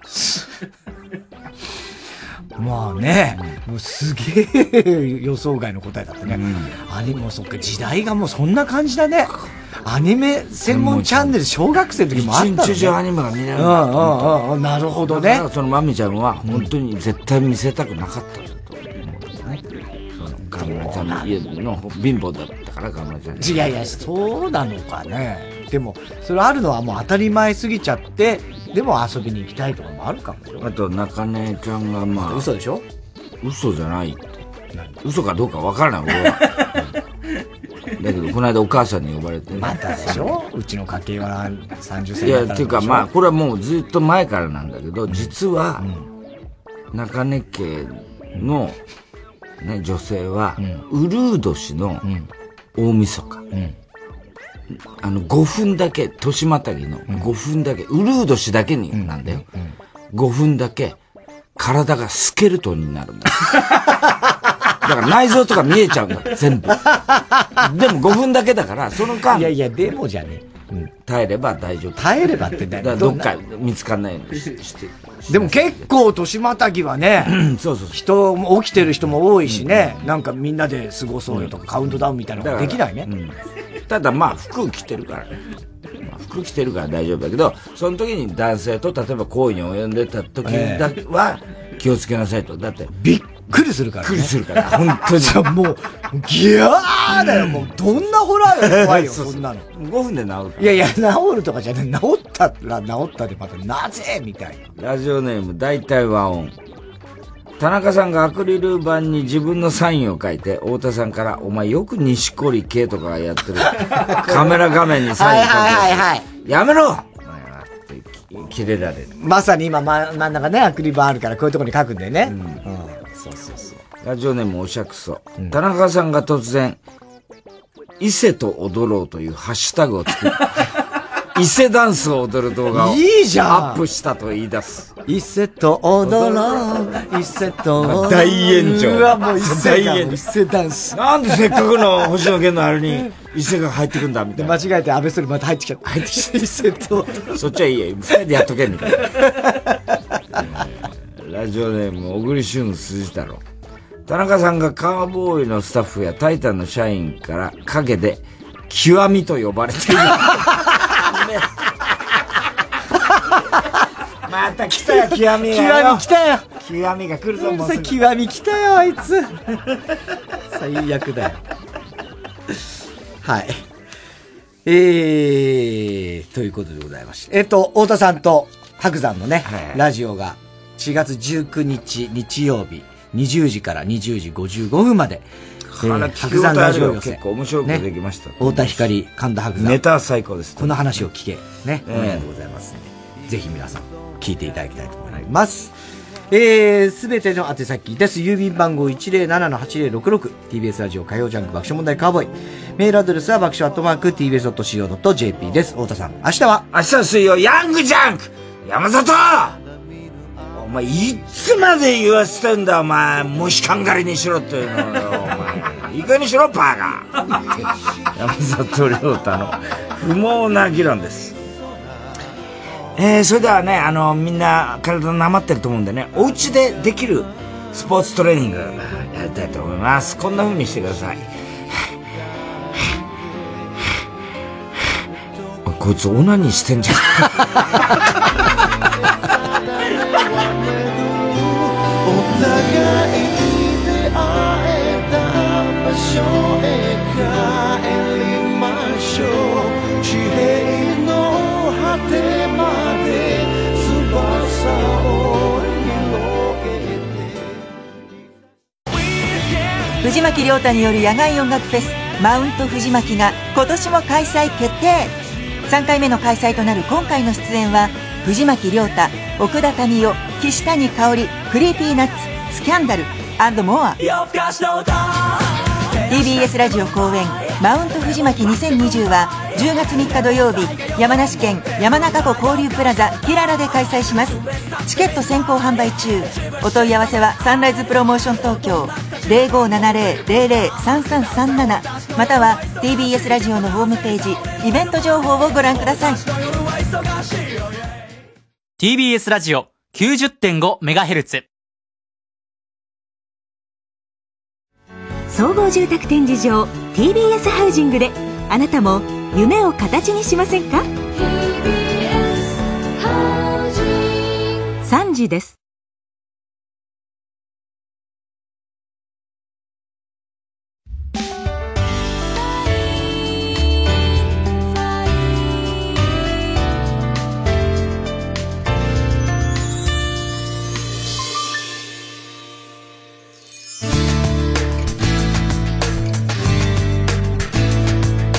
まあね、もうすげえ予想外の答えだったね。アニメもそっか、時代がもうそんな感じだね。アニメ専門チャンネル小学生の時もあったんだね。 一日中アニメが見れるんだ。 なるほどね。 だからそのマミちゃんは本当に絶対見せたくなかったんだと思うんですね。河村ちゃんの家の貧乏だったから河村ちゃん。 いやいや、そうなのかね。でも、それあるのはもう当たり前すぎちゃって、でも遊びに行きたいとかもあるかもよ。 あと、中根ちゃんがまあ。 嘘でしょ？ 嘘じゃないって。嘘かどうかわからない、俺は。だけど、この間お母さんに呼ばれてね。 またでしょ？うちの家系は30歳いや、っていうかまあ、これはもうずっと前からなんだけど、実は、中根家の、ね、女性は、ウルー年の大晦日。5分だけ、年またぎの5分だけ、ウルー年だけになんだよ。5分だけ、体がスケルトンになるんだ。だから内臓とか見えちゃうんだ、全部。でも5分だけだから、その間。 いやいや、でもじゃね。 耐えれば大丈夫。 耐えればってだからどっか見つかんないようにして。 でも結構年またぎはね、 そう。 人も起きてる人も多いしね、なんかみんなで過ごそうよとかカウントダウンみたいなのができないね。 ただまあ服着てるからね。服着てるから大丈夫だけど、その時に男性と例えば行為に及んでた時だけは気をつけなさいと。だって。 びっくりするからね。 びっくりするから。本当に。 もう、ギャーだよ。もう、どんなホラーが怖いよ、そんなの。 5分で治るから。 いや、治るとかじゃない。治ったら治ったでまた、なぜみたいな。ラジオネーム、大体和音。 田中さんがアクリル板に自分のサインを書いて、太田さんから、お前よく西堀圭とかがやってる。カメラ画面にサイン書いて。やめろって切れられる。 まさに今、真ん中ね、アクリル板あるから、こういうところに書くんだよね。 そうそうそう。ラジオネームおしゃくそ。田中さんが突然、伊勢と踊ろうというハッシュタグを作る。伊勢ダンスを踊る動画をいいじゃんアップしたと言い出す。 伊勢と踊ろう、伊勢と踊ろう。 大炎上。 うわ、もう伊勢ダンス。なんでせっかくの星野源のあれに伊勢が入ってくんだみたいな。 間違えて安倍総理また入ってきちゃった。伊勢と。 そっちはいいよ。二人でやっとけみたいな。ラジオネーム、小栗旬辻太郎。田中さんがカーボーイのスタッフやタイタンの社員から陰で、極みと呼ばれている。また来たよ、極みがよ。 極み来たよ。 極みが来るぞ、もうすぐ。 極み来たよ、あいつ。最悪だよ。はい。ということでございまして。太田さんと白山のね、ラジオが4月19日日曜日20時から20時55分まで、白山ラジオ寄せ。 結構面白くできました。 太田光、神田白山。 ネタは最高です。 この話を聞け、ね、オンエアでございますので、ぜひ皆さん聞いていただきたいと思います。すべての宛先です。郵便番号 107-8066 TBS ラジオ火曜ジャンク爆笑問題カーボーイ。メールアドレスは爆笑@tbs.co.jp です。太田さん、明日は水曜ヤングジャンク山里、お前いつまで言わせてんだお前、もしかんがりにしろっていうのよお前、いい加減にしろバカ山里亮太の不毛な議論です。それではね、みんな体なまってると思うんでね、お家でできるスポーツトレーニングやりたいと思います。こんな風にしてください。こいつオナニーしてんじゃん。お互い出会えた場所へ帰りましょう。地平の果てまで翼を広げて。藤巻亮太による野外音楽フェスマウント藤巻が今年も開催決定。3回目の開催となる今回の出演は藤巻亮太、奥田民生、岸谷香織、クリーピーナッツ、スキャンダル&モア。 TBS ラジオ公演マウント藤巻2020は10月3日土曜日、山梨県山中湖交流プラザキララで開催します。チケット先行販売中。お問い合わせはサンライズプロモーション東京 0570-003337 または TBS ラジオのホームページイベント情報をご覧ください。 TBS ラジオ 90.5MHz 総合住宅展示場 TBS ハウジングであなたも夢を形にしませんか。3時です。